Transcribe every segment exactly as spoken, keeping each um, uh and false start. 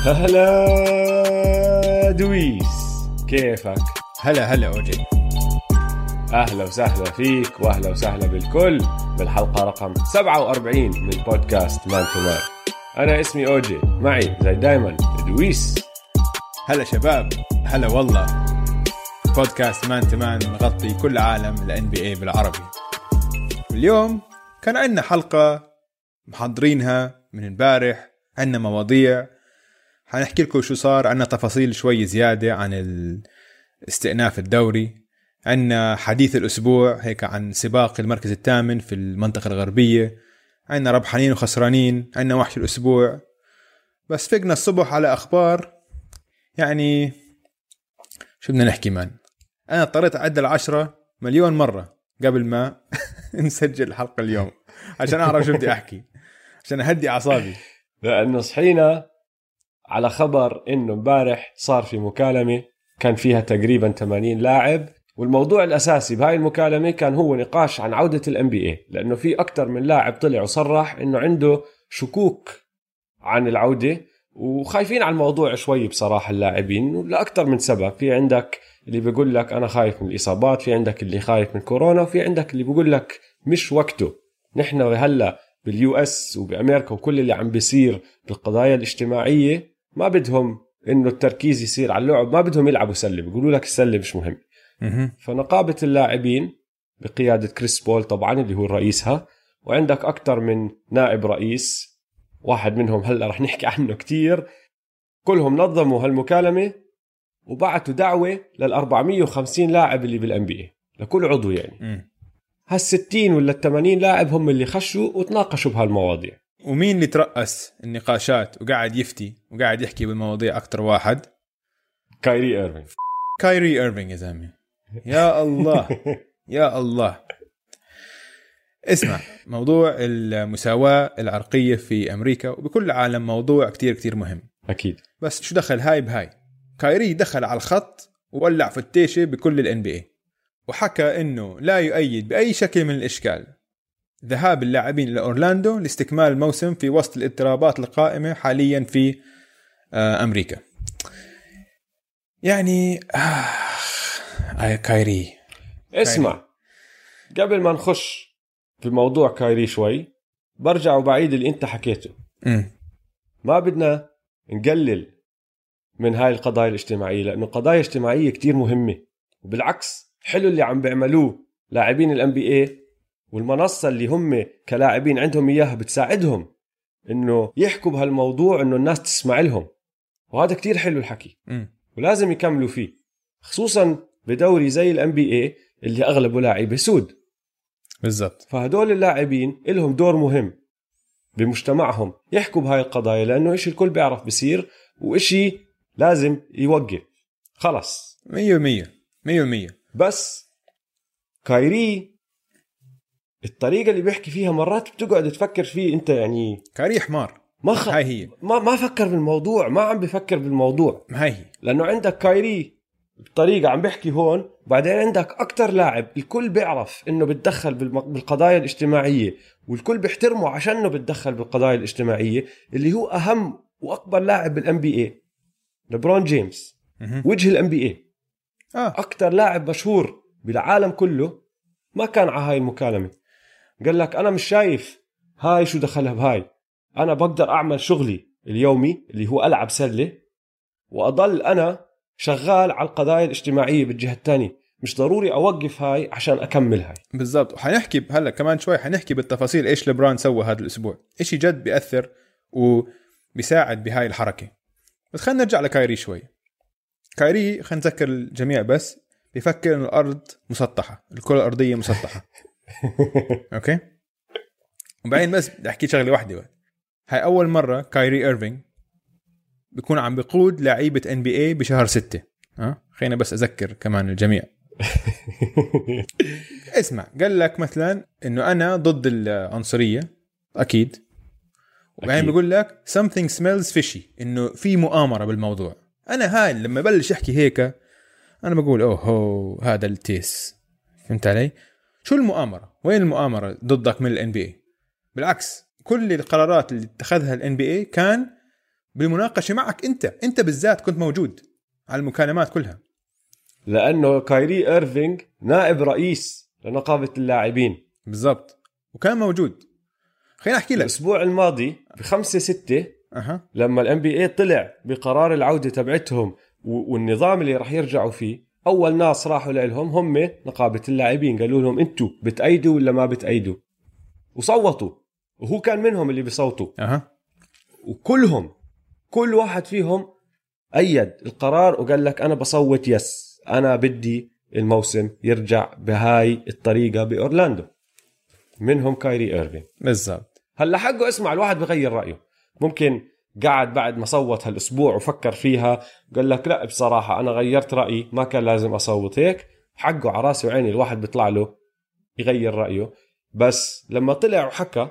هلا دويس، كيفك؟ هلا هلا أوجي، أهلا وسهلا فيك وأهلا وسهلا بالكل بالحلقة رقم سبعة وأربعين من بودكاست مان تو مان. أنا اسمي أوجي، معي زي دايما دويس. هلا شباب، هلا والله. بودكاست مان تو مان نغطي كل عالم ال إن بي إيه بالعربي. اليوم كان عندنا حلقة محضرينها من امبارح، عندنا مواضيع حنحكي لكم شو صار، عندنا تفاصيل شوي زيادة عن الاستئناف الدوري، عندنا حديث الأسبوع هيك عن سباق المركز الثامن في المنطقة الغربية، عندنا ربحانين وخسرانين، عندنا وحش الأسبوع. بس فقنا الصبح على أخبار، يعني شو بدنا نحكي مان. أنا اضطريت أعدل عشرة مليون مرة قبل ما نسجل الحلقة اليوم عشان أعرف شو بدي أحكي، عشان أهدي أعصابي، لأنه صحينا على خبر إنه مبارح صار في مكالمة كان فيها تقريبا ثمانين لاعب، والموضوع الأساسي بهاي المكالمة كان هو نقاش عن عودة ال إن بي إيه، لأنه في أكتر من لاعب طلع وصرح إنه عنده شكوك عن العودة وخايفين على الموضوع شوي بصراحة اللاعبين، لأكتر من سبب. في عندك اللي بيقول لك أنا خايف من الإصابات، في عندك اللي خايف من كورونا، وفي عندك اللي بيقول لك مش وقته. نحن هلأ باليو اس وبأمريكا وكل اللي عم بيصير بالقضايا الاجتماعية ما بدهم إنه التركيز يصير على اللعب، ما بدهم يلعبوا سلة، بيقولوا لك السلة مش مهم. فنقابة اللاعبين بقيادة كريس بول طبعا اللي هو رئيسها، وعندك أكتر من نائب رئيس، واحد منهم هلأ رح نحكي عنه كتير، كلهم نظموا هالمكالمة وبعتوا دعوة للأربعمية وخمسين لاعب اللي بالإن بي إيه، لكل عضو يعني. هالستين ولا الثمانين لاعب هم اللي خشوا وتناقشوا بهالمواضيع. ومين اللي ترأس النقاشات وقاعد يفتي وقاعد يحكي بالمواضيع أكتر واحد؟ كايري إيرفينغ. كايري إيرفينغ يا زلمة، يا الله يا الله. اسمع، موضوع المساواة العرقية في أمريكا وبكل العالم موضوع كتير كتير مهم أكيد، بس شو دخل هاي بهاي؟ كايري دخل على الخط وولع فتيشة بكل ال إن بي إيه وحكى إنه لا يؤيد بأي شكل من الإشكال ذهاب اللاعبين إلى أورلاندو لاستكمال الموسم في وسط الاضطرابات القائمة حاليا في أمريكا. يعني آه كايري. اسمع كايري. قبل ما نخش في موضوع كايري شوي برجع وبعيد اللي انت حكيته. م. ما بدنا نقلل من هاي القضايا الاجتماعية، لأنه قضايا اجتماعية كتير مهمة، وبالعكس حلو اللي عم بيعملوه لاعبين ال إن بي إيه، والمنصة اللي هم كلاعبين عندهم إياها بتساعدهم إنه يحكوا بهالموضوع، إنه الناس تسمع لهم، وهذا كتير حلو الحكي. م. ولازم يكملوا فيه، خصوصا بدوري زي ال إن بي إيه اللي أغلبه لاعبي سود. بالضبط. فهدول اللاعبين إلهم دور مهم بمجتمعهم يحكوا بهاي القضايا، لأنه إشي الكل بيعرف بيصير وإشي لازم يوقف خلص. مية مية مية مية. بس كايري الطريقة اللي بيحكي فيها مرات بتقعد تفكر فيه أنت، يعني كايري حمار. ما خ... هاي هي ما ما فكر بالموضوع، ما عم بفكر بالموضوع. هاي هي لأنه عندك كايري بطريقة عم بيحكي هون، بعدين عندك أكتر لاعب الكل بيعرف إنه بتدخل بالم... بالقضايا الاجتماعية، والكل بيحترمه عشانه بتدخل بالقضايا الاجتماعية، اللي هو أهم وأكبر لاعب بالإن بي إيه، لبرون جيمس. وجه الإن بي إيه، آه. أكتر لاعب مشهور بالعالم كله ما كان على هاي المكالمة. قال لك أنا مش شايف هاي شو دخلها بهاي، أنا بقدر أعمل شغلي اليومي اللي هو ألعب سلة، وأضل أنا شغال على القضايا الاجتماعية بالجهة الثانية، مش ضروري أوقف هاي عشان أكمل هاي. بالضبط. وحنحكي هلأ كمان شوي، حنحكي بالتفاصيل إيش لبران سوى هذا الأسبوع، إشي جد بيأثر وبيساعد بهاي الحركة. بس خلينا نرجع لكايري شوي. كايري خلينا نذكر الجميع بس بيفكر إن الأرض مسطحة، الكرة الأرضية مسطحة. أوكي. وبعدين بس بدي أحكي شغلة واحدة بقى. هاي أول مرة كايري إيرفينغ بيكون عم بيقود لعيبة إن بي إيه بشهر ستة. أه خلينا بس أذكر كمان الجميع. اسمع، قال لك مثلا إنه أنا ضد العنصرية، أكيد. وبعدين بيقول لك something smells fishy، إنه في مؤامرة بالموضوع. أنا هاي لما بلش أحكي هيك أنا بقول أوه هو هذا التيس. فهمت علي؟ شو المؤامرة؟ وين المؤامرة ضدك من ال إن بي إيه؟ بالعكس، كل القرارات اللي اتخذها ال إن بي إيه كان بالمناقشه معك انت انت بالذات كنت موجود على المكالمات كلها. لانه كايري إيرفينغ نائب رئيس لنقابه اللاعبين بالضبط، وكان موجود. خليني احكي لك الاسبوع الماضي بخمسة ستة أه. لما الام بي اي طلع بقرار العوده تبعتهم والنظام اللي راح يرجعوا فيه، اول ناس راحوا لهم هم نقابه اللاعبين، قالوا لهم انتوا بتأيدوا ولا ما بتأيدوا، وصوتوا، وهو كان منهم اللي بيصوتوا أه. وكلهم كل واحد فيهم أيد القرار وقال لك أنا بصوت يس، أنا بدي الموسم يرجع بهاي الطريقة بأورلاندو. منهم كايري إيرفين. بالضبط. هلا حقه اسمع، الواحد بغير رأيه، ممكن قاعد بعد ما صوت هالأسبوع وفكر فيها قال لك لا بصراحة أنا غيرت رأيي، ما كان لازم أصوت هيك. حقه على راسي وعيني، الواحد بيطلع له يغير رأيه. بس لما طلع وحكى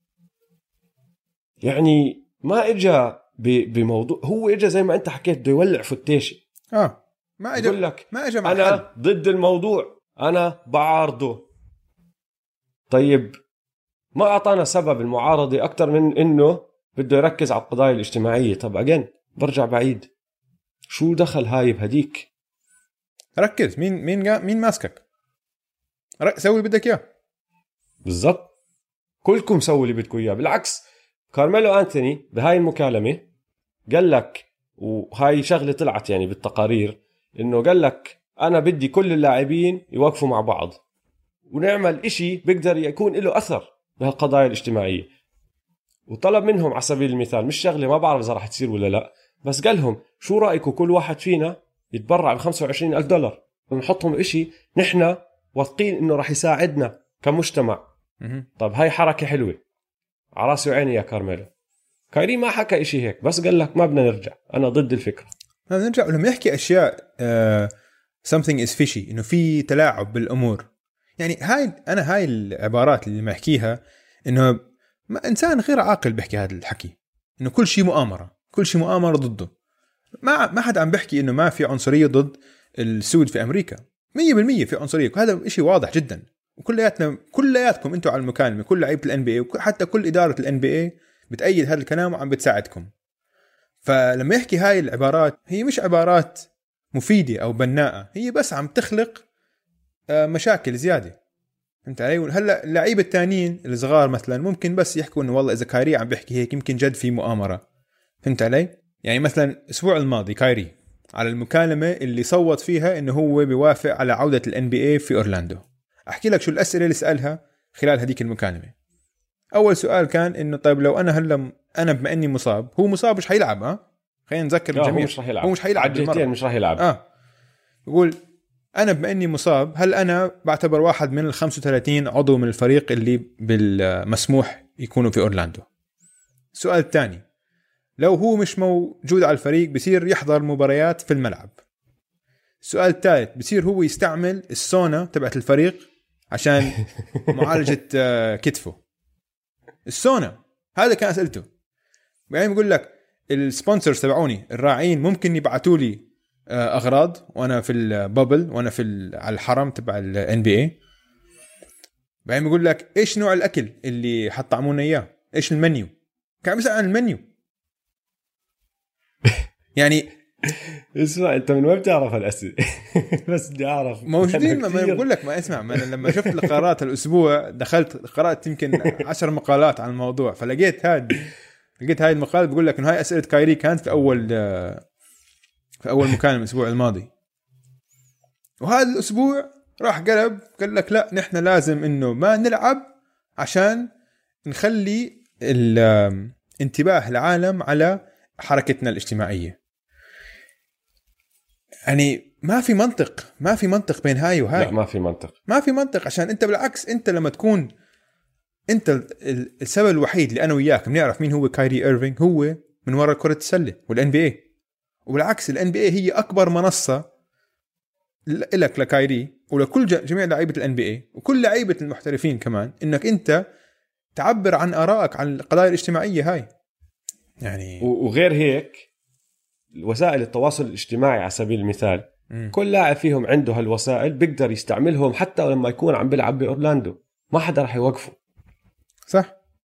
يعني ما إجا بموضوع، هو إجا زي ما أنت حكيت بده يولع فتيشة. آه ما إجا، يقول لك ما إجا مع أنا حل. ضد الموضوع، أنا بعارضه. طيب ما أعطانا سبب المعارضة أكتر من إنه بده يركز على القضايا الاجتماعية. طب أجن برجع بعيد، شو دخل هاي بهديك؟ ركز، مين مين جا مين ماسكك، سوي اللي بدك إياه. بالضبط، كلكم سووا اللي بدكم إياه. بالعكس كارميلو أنتوني بهاي المكالمة قال لك، وهاي شغلة طلعت يعني بالتقارير، إنه قال لك أنا بدي كل اللاعبين يوقفوا مع بعض ونعمل إشي بيقدر يكون له أثر بهالقضايا الاجتماعية. وطلب منهم على سبيل المثال، مش شغلة ما بعرف إذا راح تصير ولا لا، بس قال لهم شو رأيكم كل واحد فينا يتبرع بخمسة وعشرين ألف دولار ونحطهم إشي نحن واثقين إنه راح يساعدنا كمجتمع. طب هاي حركة حلوة، على راسي وعيني يا كارميلو. كايري ما حكى إشي هيك، بس قال لك ما بدنا نرجع، أنا ضد الفكرة. ما بدنا نرجع. ولما يحكي أشياء uh, something is fishy، إنه في تلاعب بالأمور، يعني هاي أنا هاي العبارات اللي ما يحكيها إنه ما إنسان غير عاقل بيحكي هذا الحكي، إنه كل شيء مؤامرة، كل شيء مؤامرة ضده. ما ما حد عم بيحكي إنه ما في عنصرية ضد السود في أمريكا. مية بالمية في عنصرية، وهذا إشي واضح جدا. وكلياتنا كلياتكم أنتوا على المكالمة، كل لعيبة ال إن بي إيه وحتى كل إدارة ال إن بي إيه بتأيد هذا الكلام وعم بتساعدكم. فلما يحكي هاي العبارات، هي مش عبارات مفيدة أو بناءة، هي بس عم تخلق مشاكل زيادة. انت علي؟ هلا اللعيبه التانيين الصغار مثلا ممكن بس يحكوا انه والله اذا كايري عم بيحكي هيك يمكن جد في مؤامره. فهمت علي؟ يعني مثلا الاسبوع الماضي كايري على المكالمه اللي صوت فيها انه هو بيوافق على عوده الان بي اي في اورلاندو، احكي لك شو الاسئله اللي سالها خلال هذيك المكالمه. اول سؤال كان انه طيب لو انا هلا انا بما اني مصاب، هو مصاب مش حيلعب. ها خلينا نذكر الجميع، هو مش راح يلعب، هو مش حيلعب بالمره، مش راح يلعب. اه يقول أنا بما أني مصاب، هل أنا بعتبر واحد من الخمسة وثلاثين عضو من الفريق اللي بالمسموح يكونوا في أورلاندو؟ السؤال الثاني، لو هو مش موجود على الفريق بصير يحضر مباريات في الملعب. السؤال الثالث، بصير هو يستعمل السونا تبعت الفريق عشان معالجة كتفه. السونا هذا كان أسئلته. يعني بيقول لك السبونسرز تبعوني الراعين ممكن يبعتوا لي اغراض وانا في البابل وانا في على الحرم تبع الان بي اي. بعدين بيقول لك ايش نوع الاكل اللي حطعمونا اياه، ايش المنيو. كان بيسأل عن المنيو. يعني اسمع انت من وين بتعرف الاسئله؟ بس بدي اعرف موجودين. ما بقول لك، ما اسمع، ما أنا لما شفت القرارات الاسبوع دخلت قرات يمكن عشر مقالات عن الموضوع، فلقيت هاد لقيت هاي المقال بيقول لك انه هاي اسئله كايري كانت في اول في أول مكالمة الأسبوع الماضي. وهذا الأسبوع راح قلب قال لك لا نحن لازم إنه ما نلعب عشان نخلي الانتباه العالم على حركتنا الاجتماعية. يعني ما في منطق، ما في منطق بين هاي وهاي. لا ما في منطق، ما في منطق. عشان أنت بالعكس، أنت لما تكون أنت السبب الوحيد اللي أنا وياك بنعرف مين هو كايري إيرفينغ هو من وراء كرة السلة والإن بي إيه. وبالعكس الان بي اي هي اكبر منصه لك لكايري ولكل جميع لعيبه الان بي اي وكل لعيبه المحترفين كمان، انك انت تعبر عن ارائك عن القضايا الاجتماعيه هاي. يعني وغير هيك وسائل التواصل الاجتماعي على سبيل المثال م. كل لاعب فيهم عنده هالوسائل بيقدر يستعملهم حتى لما يكون عم بيلعب باورلاندو، ما حدا راح يوقفه. صح.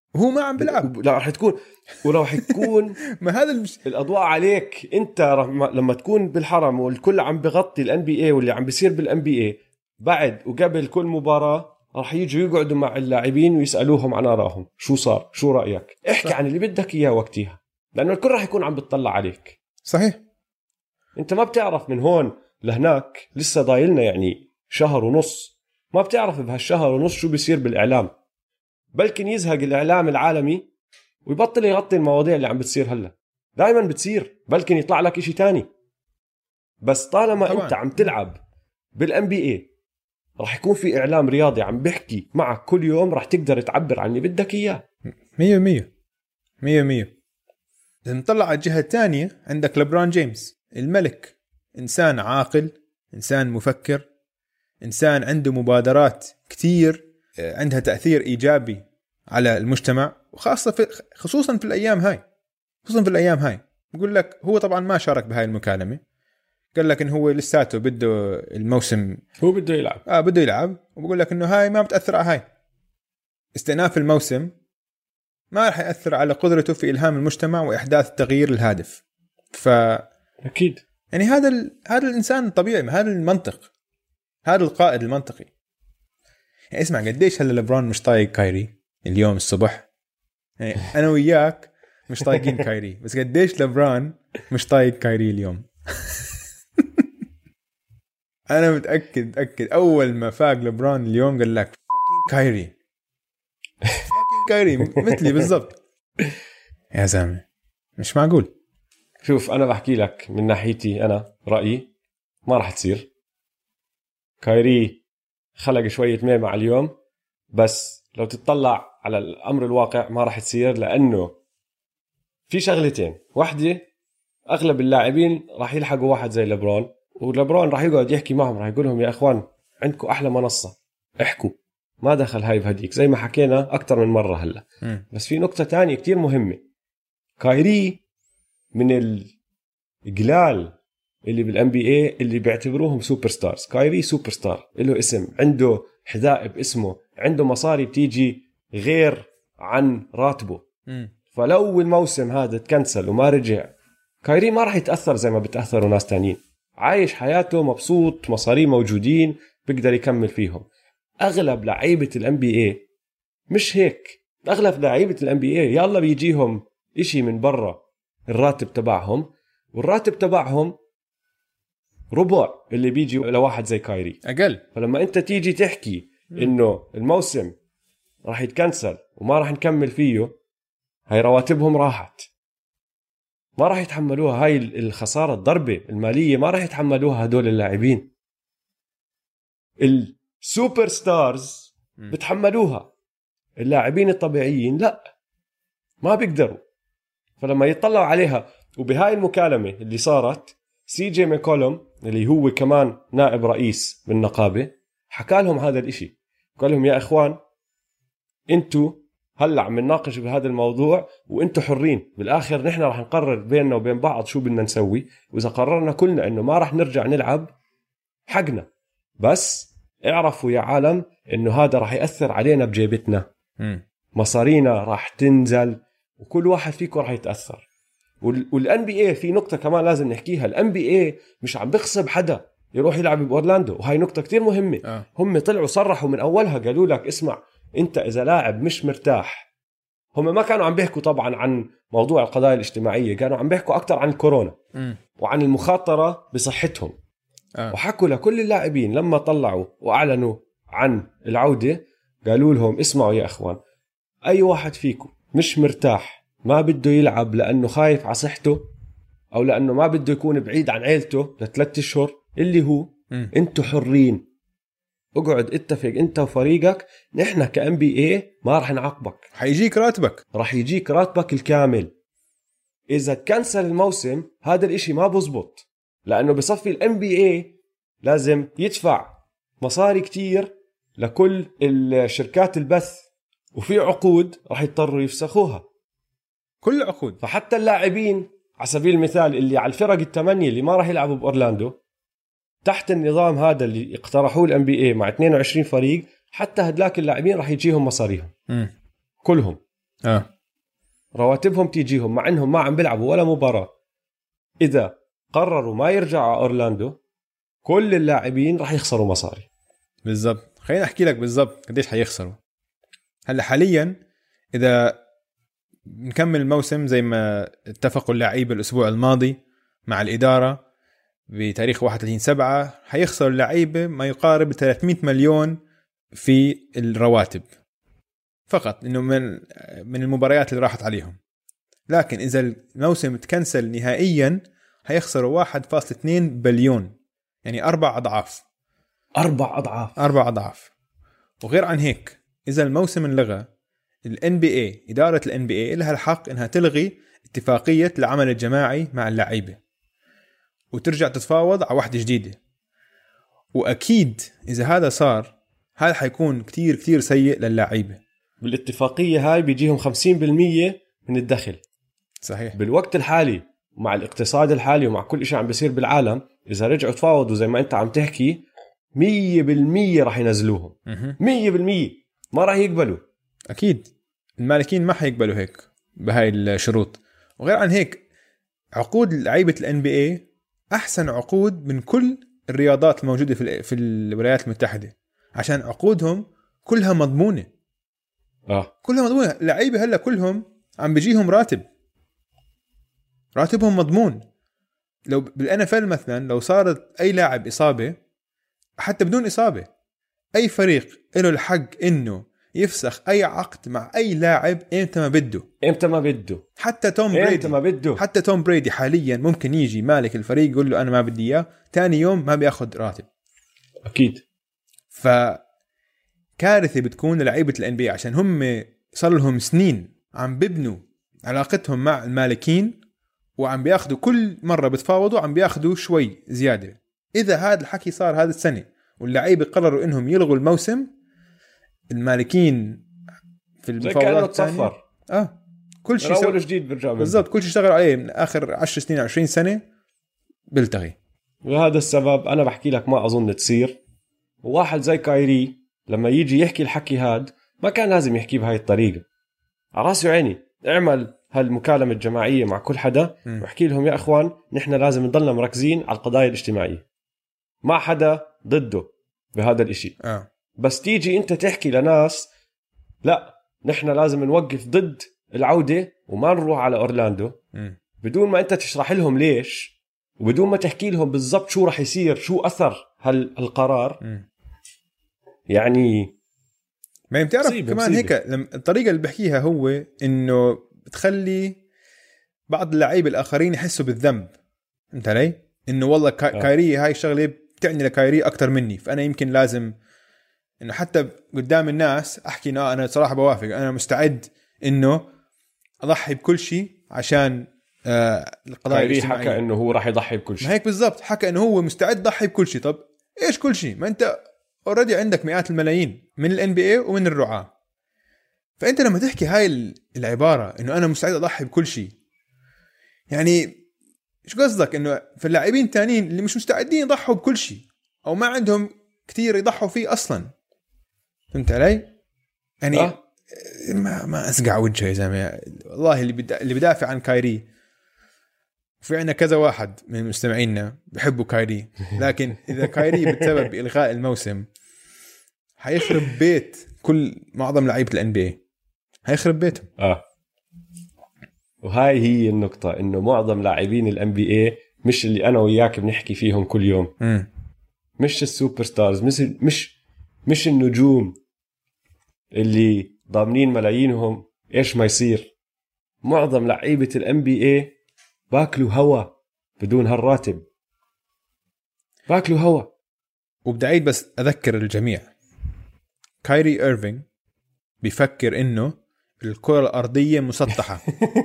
وهو ما عم بيلعب. لا راح تكون ولو حيكون ما هذا المش... الاضواء عليك انت لما تكون بالحرم والكل عم بغطي الان بي اي واللي عم بيصير بالان بي اي بعد وقبل كل مباراه راح يجوا يقعدوا مع اللاعبين ويسالوهم عن ارائهم، شو صار، شو رايك، احكي صح. عن اللي بدك اياه وقتها، لانه الكل راح يكون عم بتطلع عليك. صحيح. انت ما بتعرف من هون لهناك، لسه ضايلنا يعني شهر ونص، ما بتعرف بهالشهر ونص شو بيصير بالاعلام. بلكن يزهق الاعلام العالمي ويبطل يغطي المواضيع اللي عم بتصير هلا. دائما بتصير، بلكن يطلع لك اشي تاني. بس طالما طبعا. انت عم تلعب بالان بي اي راح يكون في اعلام رياضي عم بيحكي معك كل يوم، راح تقدر تعبر عن اللي بدك اياه. مية مية مية مية. إذا نطلع على الجهة الثانية عندك لبران جيمس الملك، إنسان عاقل، إنسان مفكر، إنسان عنده مبادرات كتير عندها تأثير إيجابي على المجتمع، وخاصة في خصوصا في الأيام هاي خصوصا في الأيام هاي بقول لك هو طبعا ما شارك بهاي المكالمة، قال لك إنه هو لساته بده الموسم، هو بده يلعب آه بده يلعب، وبقول لك إنه هاي ما بتأثر على هاي استئناف الموسم، ما رح يأثر على قدرته في إلهام المجتمع وإحداث التغيير الهادف. ف أكيد يعني هذا ال... هذا الإنسان الطبيعي، هذا المنطق، هذا القائد المنطقي. يعني اسمع قديش هلا لبران مش طايق كايري اليوم الصبح، يعني أنا وياك مش طايقين كايري، بس قديش لبران مش طايق كايري اليوم. أنا متأكد متأكد أول ما فاق لبران اليوم قال لك كايري كايري مثلي بالضبط. يا زلمة مش معقول. شوف أنا بحكي لك من ناحيتي، أنا رأيي ما راح تصير. كايري خلق شوية ميمة على اليوم، بس لو تطلع على الأمر الواقع ما راح تصير، لأنه في شغلتين. واحدة أغلب اللاعبين راح يلحقوا واحد زي لبران، ولبران راح يقعد يحكي معهم، راح يقولهم يا أخوان عندكم أحلى منصة، احكوا، ما دخل هاي بهديك، زي ما حكينا أكتر من مرة هلا. م. بس في نقطة تانية كتير مهمة. كايري من القلال اللي بالان بي اي اللي بيعتبروهم سوبر ستارز. كايري سوبر ستار، له اسم، عنده حذاء باسمه، عنده مصاري بتيجي غير عن راتبه. م. فلو الموسم هذا تكنسل وما رجع، كايري ما راح يتأثر زي ما بتأثروا ناس تانيين، عايش حياته مبسوط، مصاري موجودين بيقدر يكمل فيهم. أغلب لعيبة الان بي اي مش هيك. أغلب لعيبة الان بي اي يلا بيجيهم إشي من برا الراتب تبعهم، والراتب تبعهم ربع اللي بيجي لواحد زي كايري، أقل. فلما أنت تيجي تحكي إنه الموسم راح يتكنسل وما راح نكمل فيه، هاي رواتبهم راحت، ما راح يتحملوها. هاي الخسارة، الضربة المالية ما راح يتحملوها هدول اللاعبين. السوبر ستارز بتحملوها، اللاعبين الطبيعيين لا، ما بيقدروا. فلما يطلعوا عليها، وبهاي المكالمة اللي صارت سي جي ميكولوم اللي هو كمان نائب رئيس بالنقابة حكى لهم هذا الاشي، قال لهم يا اخوان انتوا هلا عم نناقش بهذا الموضوع وانتوا حرين، بالاخر نحن راح نقرر بيننا وبين بعض شو بدنا نسوي، واذا قررنا كلنا انه ما راح نرجع نلعب حقنا، بس اعرفوا يا عالم انه هذا راح يأثر علينا بجيبتنا، مصارينا راح تنزل وكل واحد فيكم راح يتأثر. والان بي اي في نقطة كمان لازم نحكيها، الان بي اي مش عم بخصب حدا يروح يلعب بأورلاندو، وهي نقطة كتير مهمة. آه. هم طلعوا صرحوا من اولها، قالوا لك اسمع انت اذا لاعب مش مرتاح، هم ما كانوا عم بيحكوا طبعا عن موضوع القضايا الاجتماعية، كانوا عم بيحكوا اكتر عن الكورونا م. وعن المخاطرة بصحتهم. آه. وحكوا لكل اللاعبين لما طلعوا واعلنوا عن العودة، قالوا لهم اسمعوا يا اخوان، اي واحد فيكم مش مرتاح ما بده يلعب لأنه خايف على صحته أو لأنه ما بده يكون بعيد عن عيلته لثلاثة أشهر اللي هو م. أنتوا حرين، اقعد اتفق أنت وفريقك، نحن كأن بي اي ما رح نعاقبك، حيجيك راتبك، رح يجيك راتبك الكامل. إذا كنسل الموسم هذا الاشي ما بزبط، لأنه بصفي الام بي اي لازم يدفع مصاري كتير لكل الشركات البث، وفي عقود رح يضطروا يفسخوها، كل عقود. فحتى اللاعبين على سبيل المثال اللي على الفرق الثمانية اللي ما راح يلعبوا بأورلاندو تحت النظام هذا اللي اقترحوه الان بي اي مع اثنين وعشرين فريق، حتى هدلاك اللاعبين راح يجيهم مصاريهم م. كلهم. اه رواتبهم تيجيهم مع انهم ما عم بيلعبوا ولا مباراة. اذا قرروا ما يرجعوا على اورلاندو كل اللاعبين راح يخسروا مصاري. بالضبط. خليني احكي لك بالضبط قديش حيخسروا. هلا حاليا اذا نكمل الموسم زي ما اتفقوا اللاعبين الاسبوع الماضي مع الاداره بتاريخ واحد وثلاثين سبعة حيخسر اللعيبه ما يقارب ثلاثمية مليون في الرواتب فقط انه من من المباريات اللي راحت عليهم. لكن اذا الموسم تكنسل نهائيا حيخسروا واحد فاصلة اثنين بليون، يعني اربع اضعاف اربع اضعاف اربع اضعاف. وغير عن هيك اذا الموسم انلغى ال إن بي إيه اداره ال إن بي إيه لها الحق انها تلغي اتفاقيه العمل الجماعي مع اللعيبه وترجع تتفاوض على واحدة جديدة. وأكيد إذا هذا صار هذا حيكون كتير كتير سيء للاعيبة. بالاتفاقية هاي بيجيهم خمسين بالمية من الدخل. صحيح. بالوقت الحالي مع الاقتصاد الحالي ومع كل إشي عم بيصير بالعالم إذا رجعوا تفاوضوا زي ما أنت عم تحكي مية بالمية راح ينزلوهم. مية بالمية ما راح يقبلوا. أكيد المالكين ما حيقبلوا هيك بهاي الشروط. وغير عن هيك عقود لعيبة ال إن بي إيه أحسن عقود من كل الرياضات الموجودة في في الولايات المتحدة عشان عقودهم كلها مضمونة. آه. كلها مضمونة. اللعيبة هلا كلهم عم بيجيهم راتب راتبهم مضمون. لو بالإن إف إل مثلا لو صارت أي لاعب إصابة حتى بدون إصابة أي فريق له الحق إنه يفسخ أي عقد مع أي لاعب إمتى ما بده إمتى ما بده. حتى توم بريدي إمتى ما بده. حتى توم بريدي حاليا ممكن يجي مالك الفريق يقول له أنا ما بدي إياه تاني يوم ما بياخد راتب. أكيد. فكارثة بتكون للعيبة ال إن بي إيه عشان هم صار لهم سنين عم ببنوا علاقتهم مع المالكين وعم بياخدوا كل مرة بتفاوضوا عم بياخدوا شوي زيادة. إذا هذا الحكي صار هذا السنة واللعيبة قرروا إنهم يلغوا الموسم المالكين في المفاوضات الثانية اه كل شيء اول جديد برجع بالضبط كل شيء اشتغل عليه من اخر عشر سنين عشرين سنه بيلتغي. وهذا السبب انا بحكي لك ما اظن تصير. وواحد زي كايري لما يجي يحكي الحكي هاد ما كان لازم يحكي بهاي الطريقه. على راسي وعيني اعمل هالمكالمه الجماعيه مع كل حدا واحكي لهم يا اخوان نحن لازم نضلنا مركزين على القضايا الاجتماعيه ما حدا ضده بهذا الاشي. آه. بس تيجي انت تحكي لناس لا نحن لازم نوقف ضد العودة وما نروح على أورلاندو م. بدون ما أنت تشرح لهم ليش وبدون ما تحكي لهم بالضبط شو رح يصير شو أثر هالقرار م. يعني ما بتعرف كمان مصيبة. هيك الطريقة اللي بحكيها هو إنه بتخلي بعض اللعيبة الآخرين يحسوا بالذنب. أنت علي إنه والله كا... آه. كايري هاي الشغلة بتعني لكايري أكتر مني فأنا يمكن لازم إنه حتى قدام الناس أحكي إنه أنا صراحة بوافق أنا مستعد إنه أضحي بكل شيء عشان آه القضايا الاجتماعية. حكى إنه هو راح يضحي بكل شيء. ما هيك بالضبط حكى إنه هو مستعد يضحي بكل شيء. طب إيش كل شيء؟ ما أنت أوريدي عندك مئات الملايين من ال إن بي إيه ومن الرعاة. فأنت لما تحكي هاي العبارة إنه أنا مستعد أضحي بكل شيء يعني إيش قصدك؟ إنه في اللاعبين التانيين اللي مش مستعدين يضحوا بكل شيء أو ما عندهم كتير يضحوا فيه أصلاً. فهمت علي؟ يعني أه؟ ما ما أسقع وجهه يا زلمة والله اللي بدا اللي بدافع عن كايري. في عنا كذا واحد من مستمعينا بيحبوا كايري لكن إذا كايري بسبب إلغاء الموسم هيخرب بيت كل معظم لعيبة ال إن بي إيه هيخرب بيتهم. آه. وهاي هي النقطة إنه معظم لاعبين ال إن بي إيه مش اللي أنا وياك بنحكي فيهم كل يوم. م. مش السوبر ستارز مش مش مش النجوم اللي ضامنين ملايينهم إيش ما يصير. معظم لعيبة ال إن بي إيه باكلوا هوا بدون هالراتب باكلوا هوا. وبدي أعيد بس أذكر الجميع كايري إيرفينغ بيفكر إنه الكرة الأرضية مسطحة.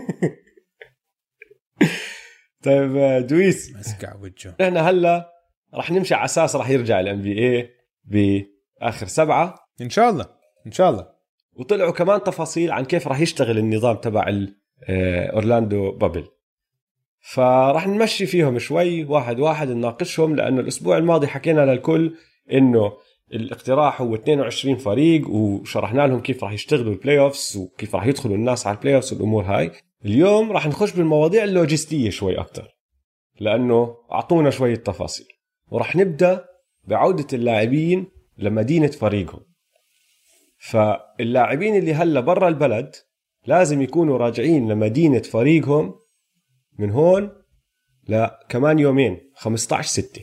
طيب دويس مسكع وجهه نحن هلا رح نمشي على أساس رح يرجع ال إن بي إيه بآخر سبعة إن شاء الله إن شاء الله. وطلعوا كمان تفاصيل عن كيف رح يشتغل النظام تبع أورلاندو بابل فرح نمشي فيهم شوي واحد واحد نناقشهم لأنه الأسبوع الماضي حكينا للكل إنه الاقتراح هو اثنين وعشرين فريق، وشرحنا لهم كيف راح يشتغلوا البلاي اوفس وكيف راح يدخلوا الناس على البلاي اوفس والامور هاي. اليوم راح نخش بالمواضيع اللوجستية شوي اكتر، لانه اعطونا شوية تفاصيل، وراح نبدأ بعودة اللاعبين لمدينة فريقهم. فاللاعبين اللي هلا برا البلد لازم يكونوا راجعين لمدينة فريقهم من هون لكمان يومين خمسة عشر ستة.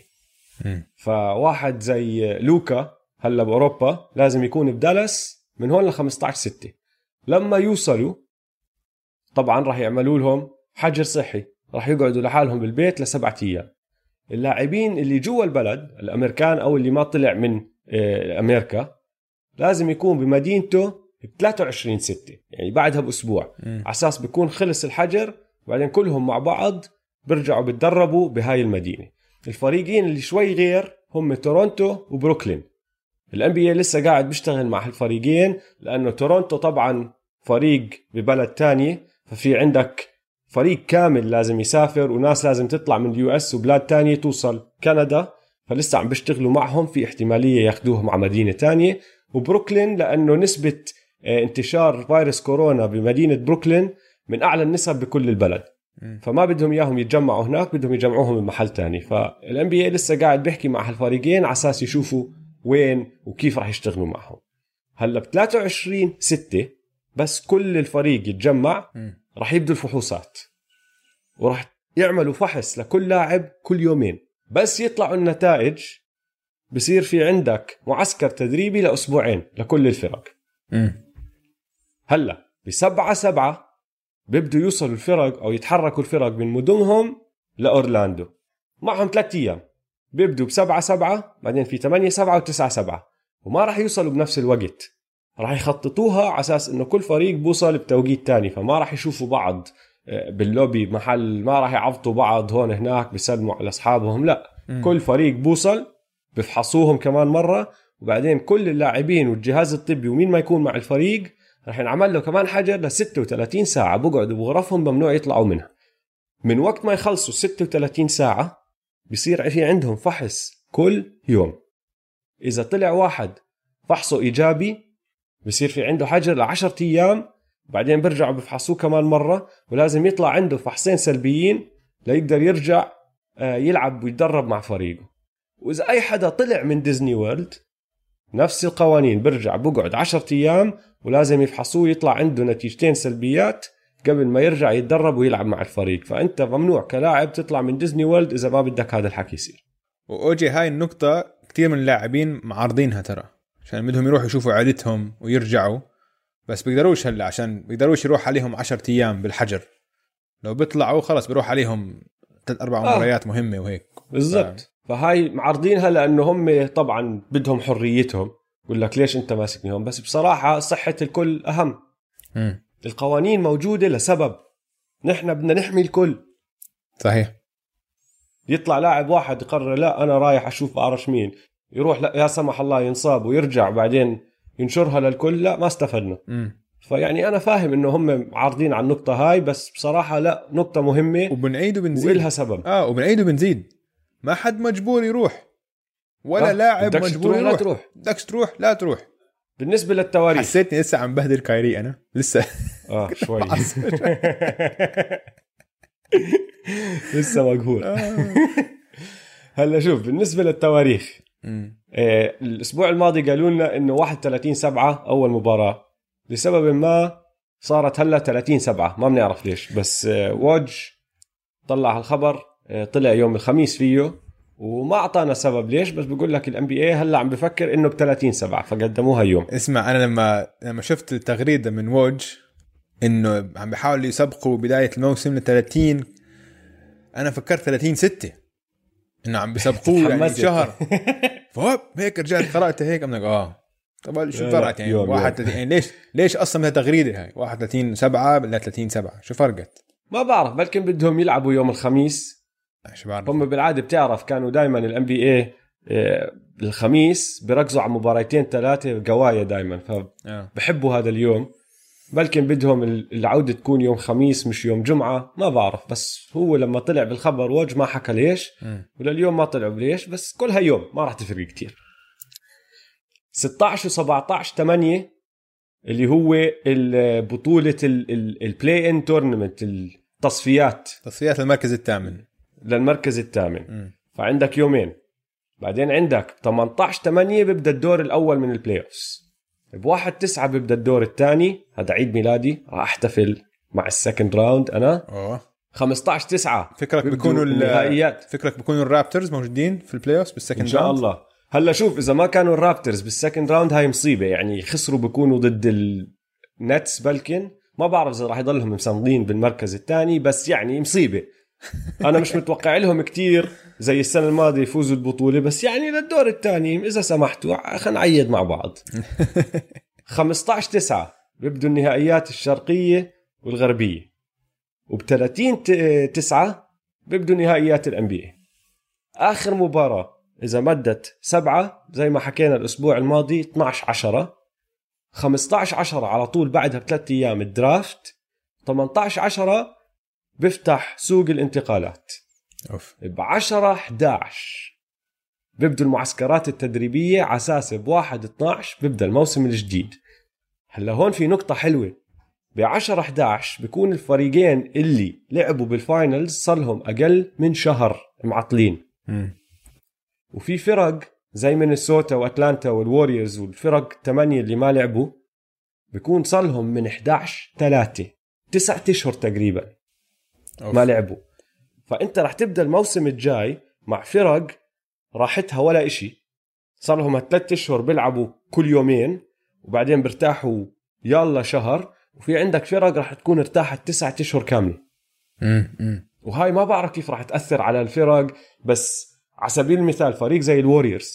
فواحد زي لوكا هلا بأوروبا لازم يكون بدالاس من هون ل خمسة عشر ستة. لما يوصلوا طبعا راح يعملوا لهم حجر صحي، راح يقعدوا لحالهم بالبيت لسبعة أيام. اللاعبين اللي جوا البلد الأمريكان أو اللي ما طلع من أمريكا لازم يكون بمدينته ب ثلاثة وعشرين ستة، يعني بعدها بأسبوع، على أساس بيكون خلص الحجر، وبعدين كلهم مع بعض برجعوا بتدربوا بهاي المدينة. الفريقين اللي شوي غير هم تورونتو وبروكلين. الان بي اي لسه قاعد بيشتغل مع هالفريقين، لأنه تورونتو طبعا فريق ببلد تاني، ففي عندك فريق كامل لازم يسافر، وناس لازم تطلع من اليو اس وبلاد تانية توصل كندا، فلسه عم بيشتغلوا معهم، في احتمالية ياخدوهم مع مدينة تانية. وبروكلين لأنه نسبة انتشار فيروس كورونا بمدينة بروكلين من أعلى النسب بكل البلد، فما بدهم إياهم يتجمعوا هناك، بدهم يجمعوهم بمحل تاني. فالان بي اي لسه قاعد بيحكي مع هالفريقين على أساس يشوفوا وين وكيف راح يشتغلوا معهم. هلا ب ثلاثة وعشرين ستة بس كل الفريق يتجمع، راح يبدوا الفحوصات، وراح يعملوا فحص لكل لاعب كل يومين. بس يطلعوا النتائج بصير في عندك معسكر تدريبي لأسبوعين لكل الفرق. م. هلا بسبعة سبعة بيبدوا يوصلوا الفرق أو يتحركوا الفرق من مدنهم لأورلاندو، معهم ثلاثة أيام. بيبدوا بسبعة سبعة، بعدين في ثمانية سبعة وتسعة سبعة، وما راح يوصلوا بنفس الوقت، راح يخططوها على أساس إنه كل فريق بوصل بتوقيت تاني، فما راح يشوفوا بعض باللوبي محل، ما راح يعضوا بعض هون هناك بيسلموا على أصحابهم، لا م. كل فريق بوصل بفحصوهم كمان مرة، وبعدين كل اللاعبين والجهاز الطبي ومين ما يكون مع الفريق راح ينعمل له كمان حجر ل ستة وثلاثين ساعة، بقعدوا بغرفهم ممنوع يطلعوا منها. من وقت ما يخلصوا ستة وثلاثين ساعة بيصير في عندهم فحص كل يوم. إذا طلع واحد فحصه إيجابي بيصير في عنده حجر لعشرة أيام، بعدين برجعوا بفحصوه كمان مرة، ولازم يطلع عنده فحصين سلبيين ليقدر يرجع يلعب ويتدرب مع فريقه. وإذا أي حدا طلع من ديزني وورلد نفس القوانين، برجع بقعد عشرة أيام ولازم يفحصوه يطلع عنده نتيجتين سلبيات قبل ما يرجع يتدرب ويلعب مع الفريق. فأنت ممنوع كلاعب تطلع من ديزني وورلد إذا ما بدك هذا الحكي يصير. وأوجي هاي النقطة كتير من اللاعبين معارضينها ترى، عشان بدهم يروحوا يشوفوا عائلتهم ويرجعوا، بس بيقدروش هلا عشان بيقدروش يروح عليهم عشرة أيام بالحجر. لو بيطلعوا خلاص بيروح عليهم ثلاث أربع آه. مباريات مهمة وهيك بالضبط. ف... فهاي معارضينها لأنه هم طبعا بدهم حريتهم، يقول لك ليش أنت ماسكنيهم، بس بصراحة صحة الكل أهم. م. القوانين موجودة لسبب، نحن بدنا نحمي الكل. صحيح. يطلع لاعب واحد يقرر لا أنا رايح أشوف أعرف مين، يروح لا يا سمح الله ينصاب ويرجع بعدين ينشرها للكل، لا ما استفدنا. م. فيعني أنا فاهم إنه هم عارضين على النقطة هاي، بس بصراحة لا، نقطة مهمة وبنعيد وبنزيد وإلها سبب. آه وبنعيد وبنزيد، ما حد مجبور يروح ولا آه. لاعب مجبور يروح. لا تروح بدكش تروح لا تروح. بالنسبة للتواريخ حسيتني لسه عم بهدر كايري أنا لسه آه شوي لسه مقهور. هلا شوف بالنسبة للتواريخ، آه الأسبوع الماضي قالوا لنا إنه واحد وثلاثين سبعة أول مباراة، لسبب ما صارت هلا ثلاثين سبعة، ما بنعرف ليش، بس آه ووج طلع الخبر، آه طلع يوم الخميس فيه وما أعطانا سبب ليش، بس بيقول لك الان بي اي هلا عم بفكر إنه بثلاثين سبعة فقدموها يوم. اسمع أنا لما لما شفت التغريدة من ووج إنه عم بيحاولوا يسبقوا بداية الموسم ل ثلاثين، أنا فكرت ثلاثين ستة إنه عم بيسبقوه يعني شهر. فهوب هيك رجعت قرأت هيك أمنك آه طبعا شو فرقت يعني واحد يعني ليش ليش أصلا هي تغريدة هاي واحد وثلاثين سبعة لا ثلاثين سبعة شو فرقت؟ ما بعرف، بلكن بدهم يلعبوا يوم الخميس. هم بالعادة بتعرف كانوا دايما الان بي اي الخميس بركزوا على مباراتين ثلاثة قوايا دايما، فبحبوا هذا اليوم. بلكن بدهم العودة تكون يوم خميس مش يوم جمعة، ما بعرف. بس هو لما طلع بالخبر وجه ما حكى ليش، ولليوم ما طلعوا ليش، بس كلها يوم ما راح تفرق كتير. ستة عشر وسبعتاشر ثمانية اللي هو بطولة البلاي ان تورنمنت، التصفيات تصفيات المركز الثامن للمركز الثامن. م. فعندك يومين. بعدين عندك ثمانية عشر ثمانية بيبدأ الدور الأول من البلاي أوفس، بواحد تسعة بيبدأ الدور الثاني. هذا عيد ميلادي، راح أحتفل مع السكند راوند أنا. أوه. خمسة عشر تسعة فكرك بيكونوا النهائيات. فكرك بيكونوا الرابترز موجودين في البلاي أوفس بالسكند راوند إن شاء راوند؟ الله. هلا شوف، إذا ما كانوا الرابترز بالسكند راوند هاي مصيبة، يعني خسروا بيكونوا ضد النتس بلكن، ما بعرف إذا راح يضلهم مصمدين بالمركز الثاني، بس يعني مصيبة. أنا مش متوقع لهم كتير زي السنة الماضية يفوزوا البطولة، بس يعني للدور الثاني إذا سمحتوا خلينا نعيد مع بعض. خمسة عشر تسعة بيبدوا النهائيات الشرقية والغربية، وب30 تسعة بيبدوا نهائيات الان بي اي. آخر مباراة إذا مدت سبعة زي ما حكينا الأسبوع الماضي اثناشر عشرة. خمسة عشر عشرة على طول بعدها بثلاث أيام الدرافت. ثمانية عشر عشرة بفتح سوق الانتقالات. أوف. بعشرة إحدى عشر بيبدوا المعسكرات التدريبية على أساس بواحد اثناشر بيبدأ الموسم الجديد. هلا هون في نقطة حلوة، بعشرة إحدى عشر بيكون الفريقين اللي لعبوا بالفاينلز صار لهم أقل من شهر معطلين. م. وفي فرق زي مينيسوتا وأتلانتا والواريورز والفرق الثمانية اللي ما لعبوا بيكون صار لهم من إحدى عشر ثلاثة تسعة أشهر تقريبا أوف. ما لعبوا. فأنت رح تبدأ الموسم الجاي مع فرق راحتها ولا إشي، صار لهم ثلاثة أشهر بيلعبوا كل يومين وبعدين برتاحوا يلا شهر. وفي عندك فرق رح تكون ارتاحت تسعة أشهر كاملة. وهاي ما بعرف كيف رح تأثر على الفرق، بس على سبيل المثال فريق زي الواريورز،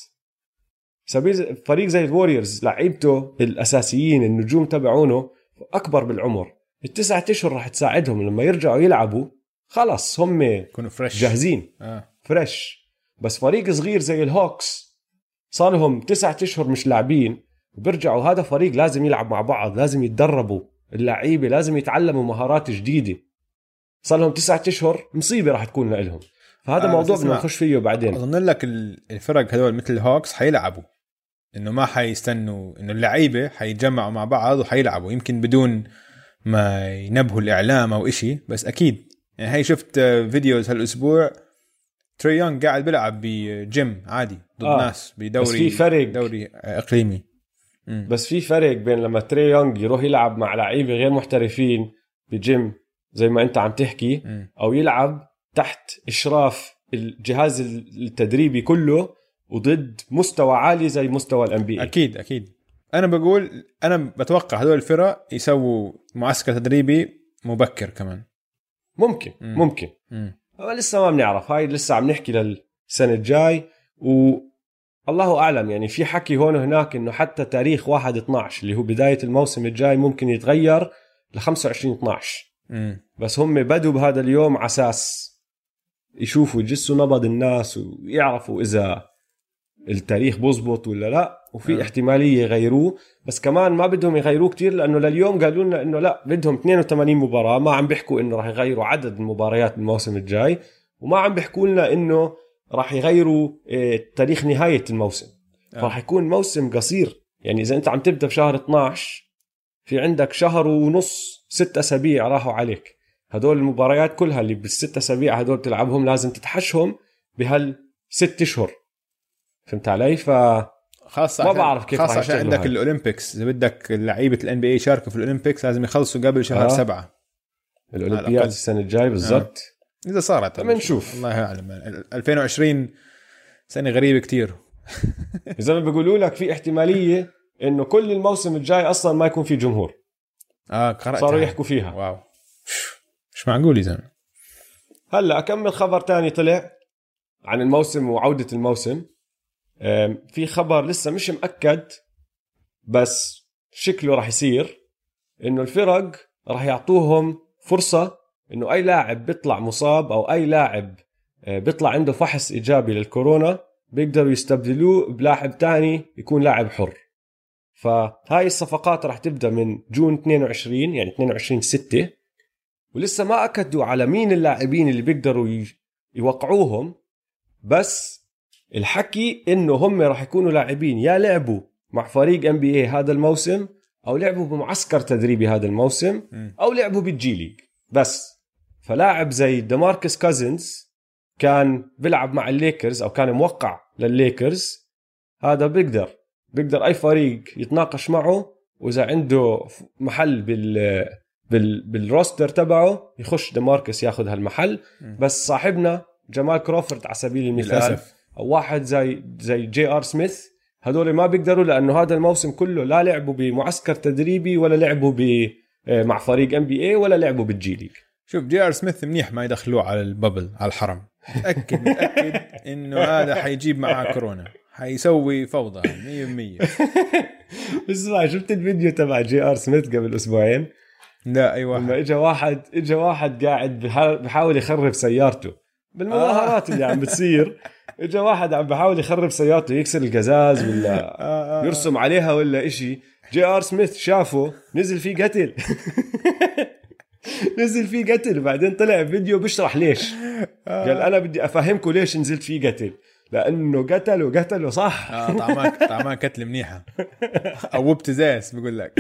سبيل فريق زي الواريورز لعيبته الأساسيين النجوم تبعونه أكبر بالعمر، التسعة أشهر رح تساعدهم لما يرجعوا يلعبوا خلاص هم يكونوا فريش جاهزين آه. فريش. بس فريق صغير زي الهوكس صار لهم تسعة أشهر مش لاعبين وبرجعوا، هذا فريق لازم يلعب مع بعض، لازم يتدربوا اللعيبة، لازم يتعلموا مهارات جديدة. صار لهم تسعة أشهر مصيبة راح تكون لهم. فهذا آه موضوع بدنا نخش فيه بعدين. أظن لك الفرق هذول مثل الهوكس حيلعبوا، إنه ما حيستنوا إنه اللعيبة حيتجمعوا مع بعض وحيلعبوا، يمكن بدون ما ينبهوا الإعلام أو إشي، بس أكيد يعني هاي شفت فيديوز هالأسبوع تري يونغ قاعد بيلعب بجيم عادي ضد آه. ناس بدوري، بس في فرق دوري إقليمي. م. بس في فرق بين لما تري يونغ يروح يلعب مع لعيبة غير محترفين بجيم زي ما أنت عم تحكي م. أو يلعب تحت إشراف الجهاز التدريبي كله وضد مستوى عالي زي مستوى الان بي. أكيد أكيد. أنا بقول أنا بتوقع هذول الفرق يسووا معسكر تدريبي مبكر كمان. ممكن م. ممكن م. لسه ما بنعرف، هاي لسه عم نحكي للسنة الجاي والله أعلم. يعني في حكي هون وهناك إنه حتى تاريخ واحد اثناشر اللي هو بداية الموسم الجاي ممكن يتغير ل خمسة وعشرين اثناشر. م. بس هم بدوا بهذا اليوم عساس يشوفوا يجسوا نبض الناس ويعرفوا إذا التاريخ بزبط ولا لا، وفي م. احتمالية يغيروه. بس كمان ما بدهم يغيروه كتير لأنه لليوم قالوا لنا إنه لا بدهم اثنين وثمانين مباراة، ما عم بيحكوا إنه راح يغيروا عدد المباريات بالموسم الجاي، وما عم بيحكوا لنا إنه راح يغيروا تاريخ نهاية الموسم. آه. فراح يكون موسم قصير. يعني إذا أنت عم تبدأ في شهر اثناشر في عندك شهر ونص ست أسابيع راحوا عليك. هدول المباريات كلها اللي بالست أسابيع هدول تلعبهم لازم تتحشهم بهالست أشهر. فهمت علي؟ ف خاصة ما بعرف كيف خاصة عشان عندك الأولمبيكس، إذا بدك لعيبة الان بي اي يشاركوا في الأولمبيكس لازم يخلصوا قبل شهر آه. سبعة الأولمبياد السنة الجاي بالضبط. آه. إذا صارت بنشوف الله أعلم. ألفين وعشرين سنة غريبة كتير. إذا ما بيقولوا لك في احتمالية إنه كل الموسم الجاي أصلا ما يكون في جمهور. آه قرأت صاروا يحكوا فيها. واو مش معقول. إذا هلا أكمل خبر تاني طلع عن الموسم وعودة الموسم. في خبر لسه مش مأكد بس شكله راح يصير إنه الفرق راح يعطوهم فرصة إنه أي لاعب بيطلع مصاب أو أي لاعب بيطلع عنده فحص إيجابي للكورونا بيقدروا يستبدلوه بلاعب تاني يكون لاعب حر. فهاي الصفقات راح تبدأ من جون اثنين وعشرين يعني اثنين وعشرين ستة، ولسه ما أكدوا على مين اللاعبين اللي بيقدروا يوقعوهم، بس الحكي إنه هم راح يكونوا لاعبين يا لعبوا مع فريق ام بي اي هذا الموسم، او لعبوا بمعسكر تدريبي هذا الموسم، او لعبوا بالجي ليج بس. فلاعب زي ديماركس كازنز كان بيلعب مع الليكرز او كان موقع للليكرز، هذا بيقدر بيقدر اي فريق يتناقش معه، واذا عنده محل بال بال بالروستر تبعه يخش ديماركس ياخذ هالمحل. بس صاحبنا جمال كروفورد على سبيل المثال للأسف. او واحد زي زي جي ار سميث، هذول ما بيقدروا، لانه هذا الموسم كله لا لعبوا بمعسكر تدريبي ولا لعبوا ب مع فريق ام بي اي ولا لعبوا بالجي ليج. شوف جي ار سميث منيح ما يدخلوه على الببل على الحرم، متأكد متأكد انه هذا حيجيب معاه كورونا، حيسوي فوضى مية بالمية. اسمع، شفت الفيديو تبع جي ار سميث قبل اسبوعين؟ لا اي واحد، لما اجى واحد اجى واحد قاعد بحاول يخرب سيارته بالمظاهرات اللي عم بتصير. اجى واحد عم بحاول يخرب سيارته، يكسر القزاز ولا يرسم عليها ولا اشي. جي ار سميث شافه نزل فيه قتل. نزل فيه قتل. بعدين طلع فيديو بيشرح ليش. قال انا بدي افهمكم ليش نزلت فيه قتل، لانه قتل وقتله صح. اه طعماك طعماك قتل منيحه او ابتزاز بقول لك.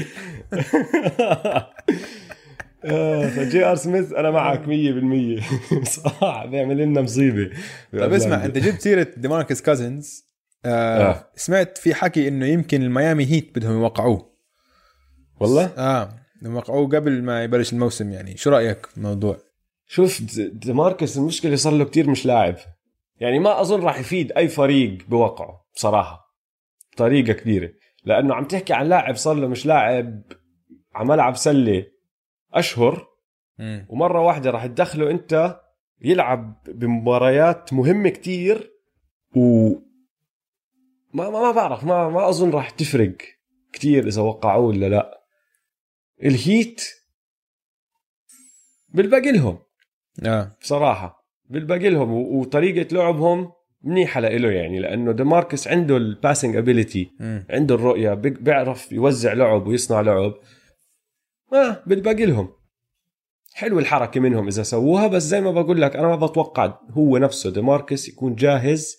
آه فجي ار سميث انا معك مية بالمية. صح بيعمل لنا مصيبه. طيب اسمع، انت جبت سيره ديماركس كازنز. آه آه. سمعت في حكي انه يمكن الميامي هيت بدهم يوقعوه. والله اه وقعوه قبل ما يبلش الموسم. يعني شو رأيك في الموضوع؟ شوف ديماركس المشكلة صار له كتير مش لاعب، يعني ما أظن راح يفيد أي فريق بوقعه بصراحة طريقة كبيرة، لأنه عم تحكي عن لاعب صار له مش لاعب على ملعب سلة أشهر م. ومرة واحدة راح تدخله أنت يلعب بمباريات مهمة كتير، و ما ما, ما بعرف ما ما أظن راح تفرق كتير إذا وقعوه ولا لا. الهيت بالباقي لهم آه. بصراحة بالباقي لهم، وطريقة لعبهم منيحة له، يعني لأنه ديماركس عنده الباسنج ابيليتي، عنده الرؤية، بيعرف يوزع لعب ويصنع لعب. آه بالباقي لهم حلو الحركة منهم إذا سووها، بس زي ما بقول لك أنا ما بتوقع هو نفسه ديماركس يكون جاهز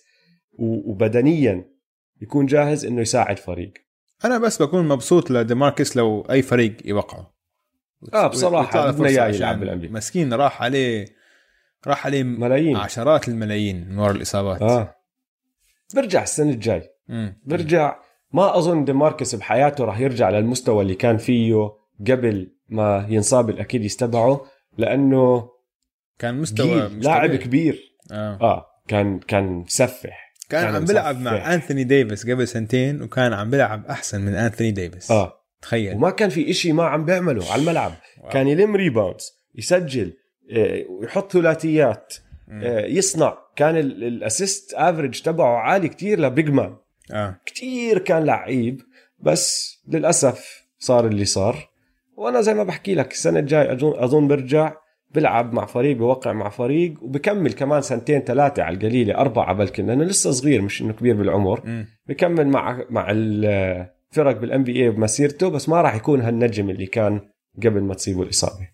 وبدنيا يكون جاهز إنه يساعد فريق. أنا بس بكون مبسوط لديماركس لو أي فريق يوقعه. آه بصراحة بدنا إياه يلعب بالأنبي. مسكين راح عليه راح عليه ملايين، عشرات الملايين من وراء الإصابات. آه برجع السنة الجاي برجع. ما أظن ديماركس بحياته راح يرجع للمستوى اللي كان فيه قبل ما ينصاب الأكيديس تبعه، لأنه كان مستوى لاعب كبير. آه. آه كان كان مسفح، كان, كان عم بيلعب مع أنثوني ديفيس قبل سنتين، وكان عم بيلعب أحسن من أنثوني ديفيس. آه تخيل. وما كان في إشي ما عم بيعمله على الملعب. واو. كان يلم ريباوندز، يسجل، يحط ثلاثيات، يصنع. كان الاسيست افريج تبعه عالي كتير لبيج مان. آه. كتير كان لعيب، بس للأسف صار اللي صار. وأنا زي ما بحكي لك السنة الجاي أظن, أظن برجع بلعب مع فريق، بوقع مع فريق، وبكمل كمان سنتين ثلاثة على القليلة أربعة بلكن، لأنه لسه صغير مش إنه كبير بالعمر. م. بكمل مع مع الفرق بالان بي اي بمسيرته، بس ما راح يكون هالنجم اللي كان قبل ما تصيبه الإصابة.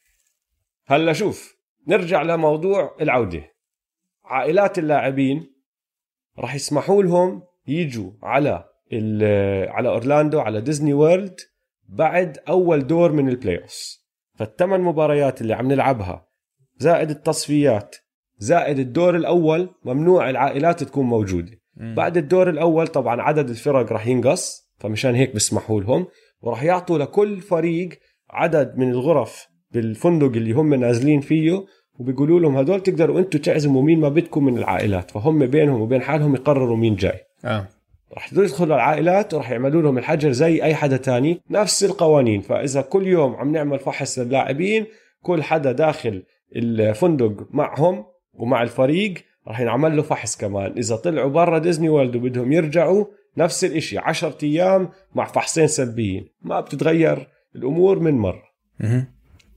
هلا شوف نرجع لموضوع العودة. عائلات اللاعبين راح يسمحوا لهم يجوا على على أورلاندو على ديزني وورلد بعد أول دور من البلاي أوفس. فالثمان مباريات اللي عم نلعبها زائد التصفيات زائد الدور الأول ممنوع العائلات تكون موجودة. م. بعد الدور الأول طبعا عدد الفرق راح ينقص، فمشان هيك بيسمحوا لهم، وراح يعطوا لكل فريق عدد من الغرف بالفندق اللي هم نازلين فيه، وبيقولوا لهم هدول تقدروا انتوا تعزموا مين ما بدكم من العائلات، فهم بينهم وبين حالهم يقرروا مين جاي. آه. راح يدخلوا العائلات وراح يعملوا لهم الحجر زي أي حدا تاني، نفس القوانين. فإذا كل يوم عم نعمل فحص للاعبين، كل حدا داخل الفندق معهم ومع الفريق راح ينعمل له فحص كمان. إذا طلعوا برا ديزني وورلد وبدهم يرجعوا نفس الاشي، عشرة أيام مع فحصين سلبيين، ما بتتغير الأمور من مرة. م-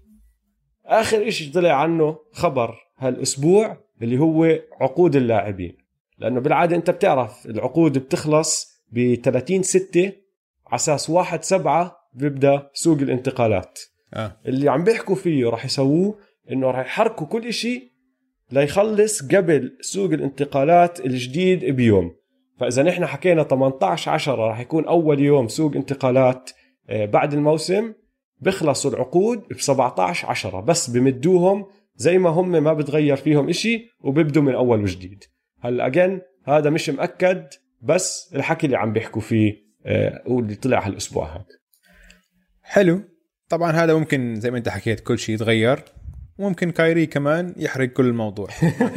آخر إشي طلع عنه خبر هالأسبوع اللي هو عقود اللاعبين، لأنه بالعادة أنت بتعرف العقود بتخلص بثلاثين ستة، عساس واحد سبعة بيبدأ سوق الانتقالات. آه. اللي عم بيحكوا فيه راح يسووه إنه راح يحركوا كل إشي ليخلص قبل سوق الانتقالات الجديد بيوم. فإذا نحن حكينا ثمانية عشر عشرة راح يكون أول يوم سوق انتقالات بعد الموسم، بخلصوا العقود ب سبعة عشر عشرة، بس بمدوهم زي ما هم، ما بتغير فيهم إشي، وبيبدوا من أول وجديد. هلأ أجن هذا مش مأكد، بس الحكي اللي عم بيحكوا فيه واللي طلع هالأسبوع هذا. حلو. طبعا هذا ممكن زي ما انت حكيت كل شيء يتغير، ممكن كايري كمان يحرق كل الموضوع.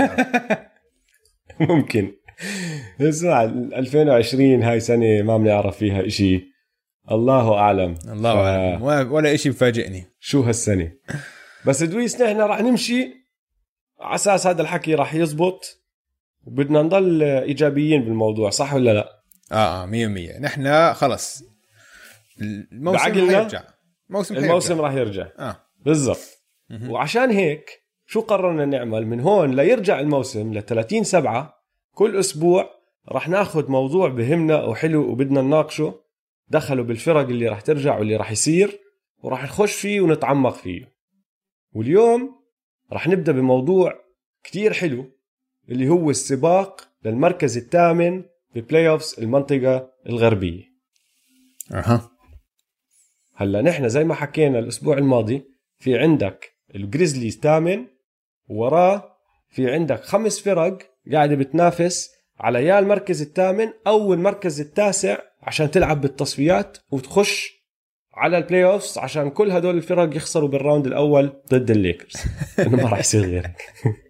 ممكن. اسمع ألفين وعشرين هاي سنة ما بنعرف فيها إشي، الله أعلم. الله ف... أعلم، ولا إشي بفاجئني شو هالسنة. بس دويس نحن راح نمشي على أساس هذا الحكي راح يزبط، وبدنا نضل إيجابيين بالموضوع، صح ولا لا؟ آه آه مية مية. نحن خلص الموسم راح يرجع، موسم الموسم راح يرجع. آه. بالضبط. وعشان هيك شو قررنا نعمل من هون ليرجع الموسم ل ثلاثين سبعة؟ كل أسبوع راح ناخد موضوع بهمنا وحلو وبدنا نناقشه، دخلوا بالفرق اللي راح ترجع واللي راح يصير، وراح نخش فيه ونتعمق فيه. واليوم راح نبدأ بموضوع كتير حلو اللي هو السباق للمركز الثامن ببلاي أوفس المنطقة الغربية. أها. هلا نحن زي ما حكينا الأسبوع الماضي، في عندك الجريزليز ثامن، ووراه في عندك خمس فرق قاعدة بتنافس على يا المركز الثامن أو المركز التاسع عشان تلعب بالتصفيات وتخش على البلاي أوفس، عشان كل هدول الفرق يخسروا بالراوند الأول ضد الليكرز. إنه ما راح يصير غيرك.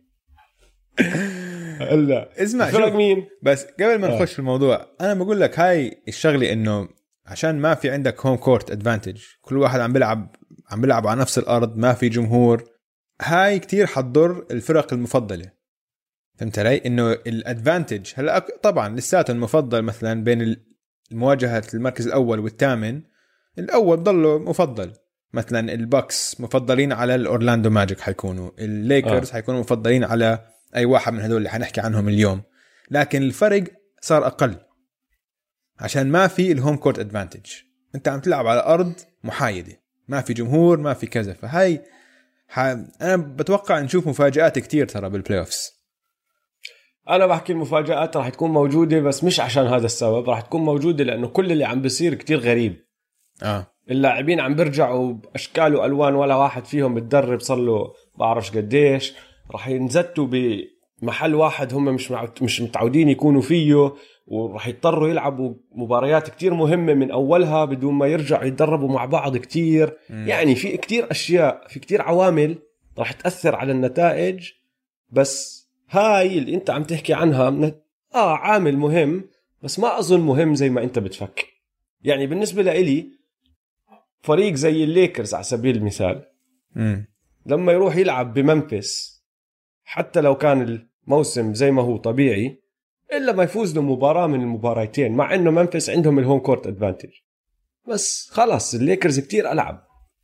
لا اسمع فرق مين؟ بس قبل ما نخش في الموضوع، أنا بقول لك هاي الشغلة إنه عشان ما في عندك هوم كورت أدفانتج، كل واحد عم بيلعب عم بيلعب على نفس الأرض، ما في جمهور، هاي كتير حتضر الفرق المفضلة. فهمت علي؟ إنه الأدفانتج هلا طبعا لساته المفضل مثلا بين المواجهة المركز الأول والثامن، الأول ضله مفضل، مثلا الباكس مفضلين على الأورلاندو ماجيك، حيكونوا الليكرز آه. حيكونوا مفضلين على أي واحد من هدول اللي حنحكي عنهم اليوم، لكن الفرق صار أقل عشان ما في الهوم كورت أدفانتج. أنت عم تلعب على أرض محايدة، ما في جمهور، ما في كذا. فهاي ح... أنا بتوقع نشوف مفاجآت كتير ترى بالبلاي أوفس. أنا بحكي المفاجآت راح تكون موجودة، بس مش عشان هذا السبب، راح تكون موجودة لأنه كل اللي عم بيصير كتير غريب. آه. اللاعبين عم بيرجعوا بأشكال وألوان، ولا واحد فيهم بتدرب صار له بعرفش قديش، راح ينزتوا بمحل واحد هم مش مش متعودين يكونوا فيه، وراح يضطروا يلعبوا مباريات كتير مهمة من أولها بدون ما يرجعوا يتدربوا مع بعض كتير. م. يعني في كتير أشياء، في كتير عوامل راح تأثر على النتائج. بس هاي اللي أنت عم تحكي عنها آه عامل مهم، بس ما أظن مهم زي ما أنت بتفكر. يعني بالنسبة لإلي فريق زي الليكرز على سبيل المثال، م. لما يروح يلعب بممفيس حتى لو كان الموسم زي ما هو طبيعي، إلا ما يفوز له مباراة من المباراتين، مع إنه ممفيس عندهم الهوم كورت أدفانتج، بس خلاص الليكرز كتير ألعب.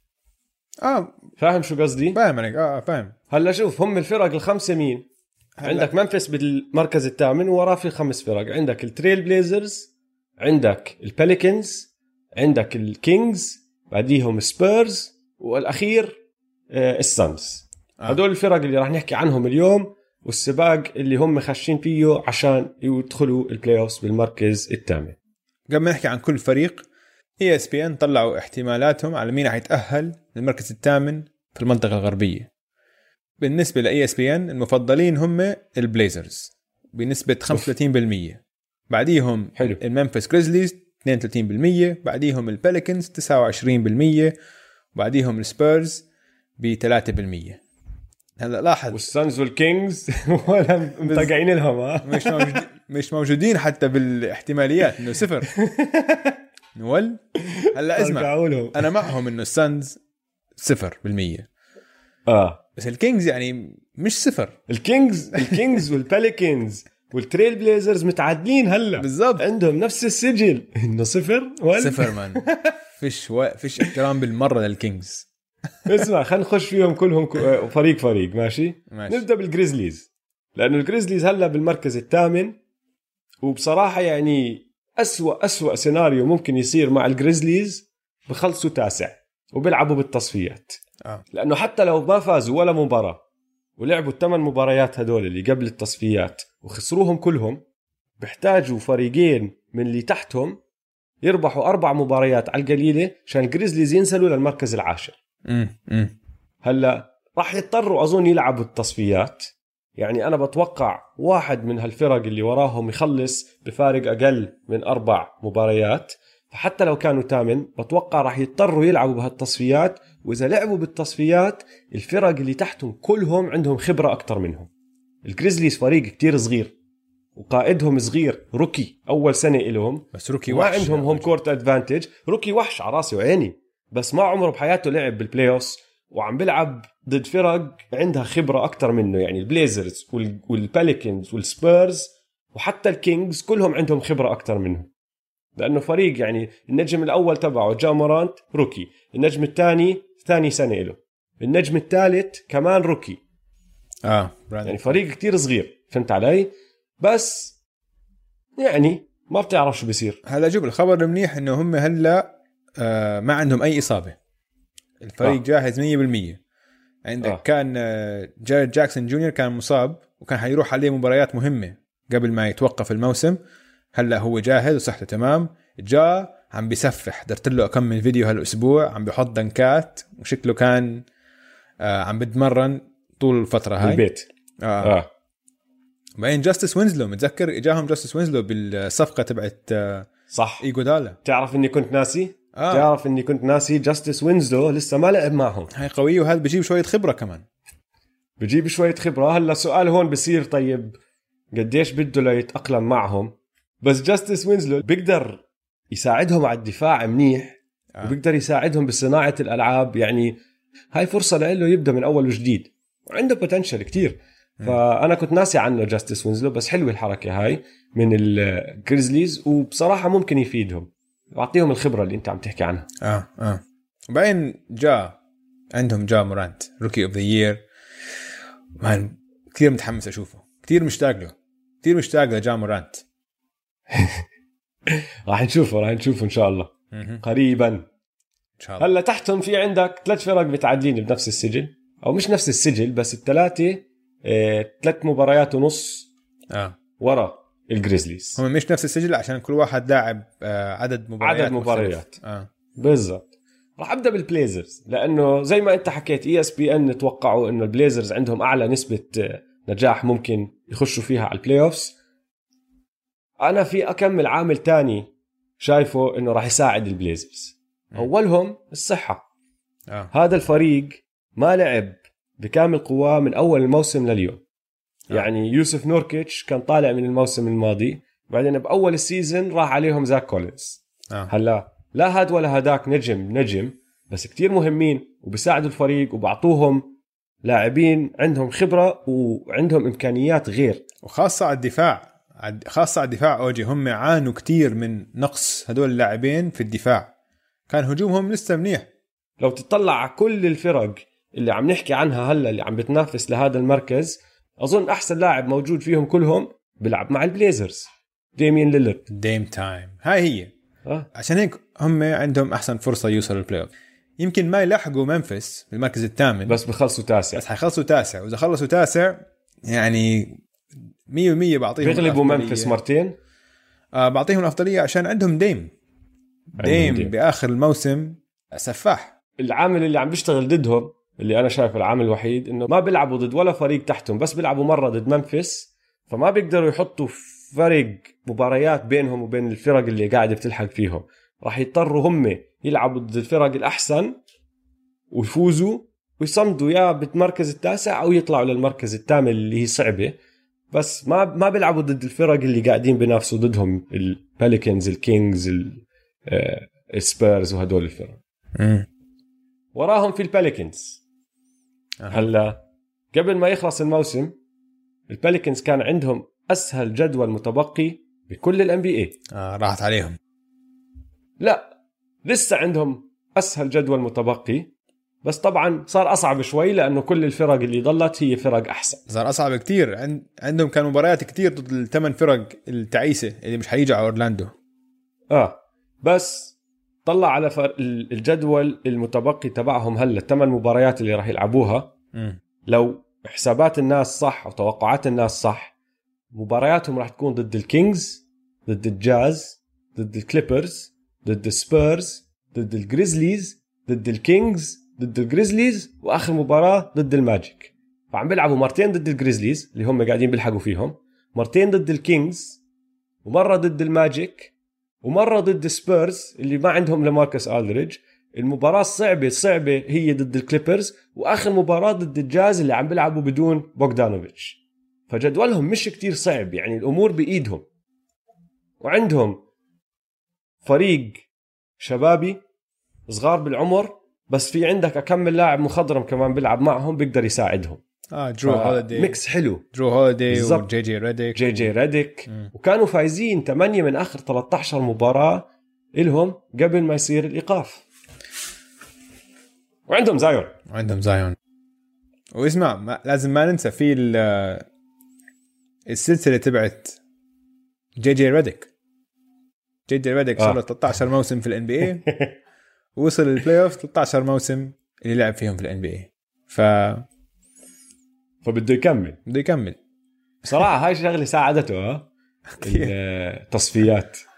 آه فاهم شو قصدي؟ فاهم عليك. آه فاهم. هلا شوف هم الفرق الخمسة مين؟ هلأ. عندك ممفيس بالمركز الثامن، وراه في خمس فرق، عندك التريل بليزرز، عندك الباليكنز، عندك الكينجز، بعديهم سبيرز، والأخير آه السانز. آه. هدول الفرق اللي راح نحكي عنهم اليوم، والسباق اللي هم خاشين فيه عشان يدخلوا البلاي أوفس بالمركز الثامن. قبل ما نحكي عن كل فريق، إي إس بي إن طلعوا احتمالاتهم على مين راح يتأهل للمركز الثامن في المنطقة الغربية. بالنسبة ل إي إس بي إن المفضلين هم البليزرز بنسبة خمسة وثلاثين بالمية، بعديهم حلو. الممفيس جريزليز اثنين وثلاثين بالمية، بعديهم الباليكنز تسعة وعشرين بالمية، وبعديهم السبيرز ب ثلاثة بالمية. هلا لاحظ والسانز والكينجز ولا متقعين لهم ها مش موجودين مش موجودين حتى بالاحتماليات انه صفر. نول هلا اسمع، انا معهم انه السانز صفر بالمية اه بس الكينجز يعني مش صفر. الكينجز الكينجز والباليكنز والتريل بليزرز متعادلين هلا بالضبط، عندهم نفس السجل انه صفر ولا صفر مان. فيش و... فيش احترام بالمره للكينجز. اسمع خلينا نخش فيهم كلهم فريق فريق ماشي, ماشي. نبدأ بالجريزليز، لأنه الجريزليز هلأ بالمركز الثامن، وبصراحة يعني أسوأ أسوأ سيناريو ممكن يصير مع الجريزليز بخلصوا تاسع وبيلعبوا بالتصفيات. آه. لأنه حتى لو ما فازوا ولا مباراة ولعبوا الثمان مباريات هدول اللي قبل التصفيات وخسروهم كلهم، بيحتاجوا فريقين من اللي تحتهم يربحوا أربع مباريات على القليلة عشان الجريزليز ينزلوا للمركز العاشر. امم هلا راح يضطروا أظن يلعبوا التصفيات. يعني أنا بتوقع واحد من هالفرق اللي وراهم يخلص بفارق أقل من أربع مباريات، فحتى لو كانوا تامن بتوقع راح يضطروا يلعبوا بهالتصفيات. وإذا لعبوا بالتصفيات الفرق اللي تحتهم كلهم عندهم خبرة أكتر منهم. الجريزليز فريق كتير صغير وقائدهم صغير روكي أول سنة إلهم، بس روكي ما وحش عندهم هوم كورت أدفانتج. روكي وحش على راسي وعيني، بس ما عمره بحياته لعب بالبلايوس وعم بلعب ضد فرق عندها خبرة أكتر منه. يعني البليزرز والباليكنز والسبيرز وحتى الكينجز كلهم عندهم خبرة أكتر منه، لأنه فريق يعني النجم الأول تبعه جا مورانت روكي، النجم الثاني ثاني سنة له، النجم الثالث كمان روكي. اه يعني فريق كتير صغير، فهمت علي؟ بس يعني ما بتعرف شو بيصير. هلا جوب الخبر المنيح انه هم هلا آه ما عندهم اي اصابه، الفريق آه. جاهز مية بالمية. عندك آه. كان آه جاريد جاكسون جونيور كان مصاب وكان حيروح عليه مباريات مهمه قبل ما يتوقف الموسم. هلا هو جاهز وصحته تمام، جاء عم بيسفح، درت له اكمل فيديو هالاسبوع عم بيحط دنكات وشكله كان آه عم بتمرن طول الفتره هاي البيت. اه, آه. بعدين جاستس وينزلو، متذكر اجاهم جاستس وينزلو بالصفقه تبعت صح ايغودالا. تعرف اني كنت ناسي آه. تعرف اني كنت ناسي جاستس وينزلو لسه ما لعب معهم. هاي قويه وهذا بجيب شويه خبره كمان، بجيب شويه خبره. هلا سؤال هون بصير، طيب قديش بده ليتاقلم معهم؟ بس جاستس وينزلو بيقدر يساعدهم على الدفاع منيح آه. وبيقدر يساعدهم بصناعه الالعاب. يعني هاي فرصه له يبدا من اول وجديد وعنده بوتنشل كتير. فأنا كنت ناسي عنه جاستس وينزلو، بس حلوة الحركة هاي من الجريزليز وبصراحة ممكن يفيدهم ويعطيهم الخبرة اللي أنت عم تحكي عنها. آه آه وبعدين جاء عندهم جا مورانت روكي أوف ذا يير، مان كثير متحمس أشوفه، كثير مشتاق له، كثير مشتاق لجا مورانت. راح نشوفه راح نشوفه إن شاء الله قريبا إن شاء الله. هلا تحتهم في عندك ثلاث فرق متعادلين بنفس السجل، أو مش نفس السجل بس الثلاثة إيه، ثلاث مباريات ونص آه. ورا الجريزليز. هم مش نفس السجل عشان كل واحد لاعب آه عدد مباريات عدد مباريات آه. بالضبط. راح أبدأ بالبليزرز لأنه زي ما أنت حكيت إي إس بي إن توقعوا إنه البليزرز عندهم أعلى نسبة نجاح ممكن يخشوا فيها على البلاي أوفس. أنا في أكمل عامل تاني شايفه إنه راح يساعد البليزرز. أولهم الصحة. آه. هذا الفريق ما لعب بكامل قواه من أول الموسم لليوم. آه. يعني يوسف نوركيتش كان طالع من الموسم الماضي، بعدين بأول السيزن راح عليهم زاك كولينز. آه. هلا لا هاد ولا هداك نجم نجم بس كتير مهمين وبيساعدوا الفريق وبعطوهم لاعبين عندهم خبرة وعندهم إمكانيات غير، وخاصة على الدفاع. خاصة على الدفاع أوجي هم عانوا كتير من نقص هدول اللاعبين في الدفاع، كان هجومهم لسه منيح. لو تطلع على كل الفرق اللي عم نحكي عنها هلا اللي عم بتنافس لهذا المركز، أظن أحسن لاعب موجود فيهم كلهم بيلعب مع البليزرز، ديمين ليلرد. ديم تايم هاي هي أه؟ عشان هيك هم عندهم أحسن فرصة يوصلوا البلاي أوف. يمكن ما يلحقوا منفس بالمركز الثامن بس بخلصوا تاسع، بس حيخلصوا تاسع، وإذا خلصوا تاسع يعني مية ومية بعطيهم بيغلبوا منفس مرتين. آه بعطيهم الأفضلية عشان عندهم ديم ديم, ديم. بآخر الموسم سفاح. العامل اللي عم بيشتغل ضدهم اللي أنا شايف العامل الوحيد إنه ما بيلعبوا ضد ولا فريق تحتهم، بس بيلعبوا مرة ضد منفس، فما بيقدروا يحطوا فرق مباريات بينهم وبين الفرق اللي قاعدة بتلحق فيهم. راح يضطروا هم يلعبوا ضد الفرق الأحسن ويفوزوا ويصمدوا يا بالمركز التاسع أو يطلعوا للمركز الثامن اللي هي صعبة، بس ما ما بيلعبوا ضد الفرق اللي قاعدين بينافسوا ضدهم، الباليكنز الكينجز السبيرز وهدول الفرق. م. وراهم في الباليكنز. أه. هلا قبل ما يخلص الموسم الباليكنز كان عندهم أسهل جدول متبقي بكل الان بي اي. آه راحت عليهم. لا لسه عندهم أسهل جدول متبقي، بس طبعا صار أصعب شوي لأنه كل الفرق اللي ضلت هي فرق أحسن. صار أصعب كتير. عند... عندهم كان مباريات كتير ضد الثمان فرق التعيسة اللي مش هيجوا على أورلاندو. آه بس طلع على فر... الجدول المتبقي تبعهم هلا الثمان مباريات اللي راح يلعبوها. م. لو حسابات الناس صح وتوقعات الناس صح، مبارياتهم راح تكون ضد الكينجز، ضد الجاز، ضد الكليبرز، ضد السبيرز، ضد الجريزليز، ضد الكينجز، ضد الجريزليز، واخر مباراه ضد الماجيك. فعم بيلعبوا مرتين ضد الجريزليز اللي هم قاعدين بيلحقوا فيهم، مرتين ضد الكينجز، ومره ضد الماجيك، ومره ضد السبيرز اللي ما عندهم لماركس ألدريدج. المباراه الصعبه الصعبه هي ضد الكليبرز، واخر مباراه ضد الجاز اللي عم بيلعبوا بدون بوغدانوفيتش. فجدولهم مش كتير صعب، يعني الامور بايدهم. وعندهم فريق شبابي صغار بالعمر، بس في عندك أكمل لاعب مخضرم كمان بيلعب معهم بيقدر يساعدهم. اه جو هوليدي، ميكس حلو. جو هوليدي وجي جي ريديك جي جي ريديك و... وكانوا فايزين ثمانية من آخر ثلاثة عشر مباراة إلهم قبل ما يصير الإيقاف. وعندهم زايون وعندهم زايون واسمع ما لازم ما ننسى في السلسلة تبعت جي جي ريديك. جي جي ريديك صار له ثلاثة عشر موسم في الان بي اي ووصل البلاي اوف ثلاثة عشر موسم اللي لعب فيهم في الان بي اي. ف فبده يكمل بده يكمل بصراحة. هاي شغلة ساعدته ها التصفيات.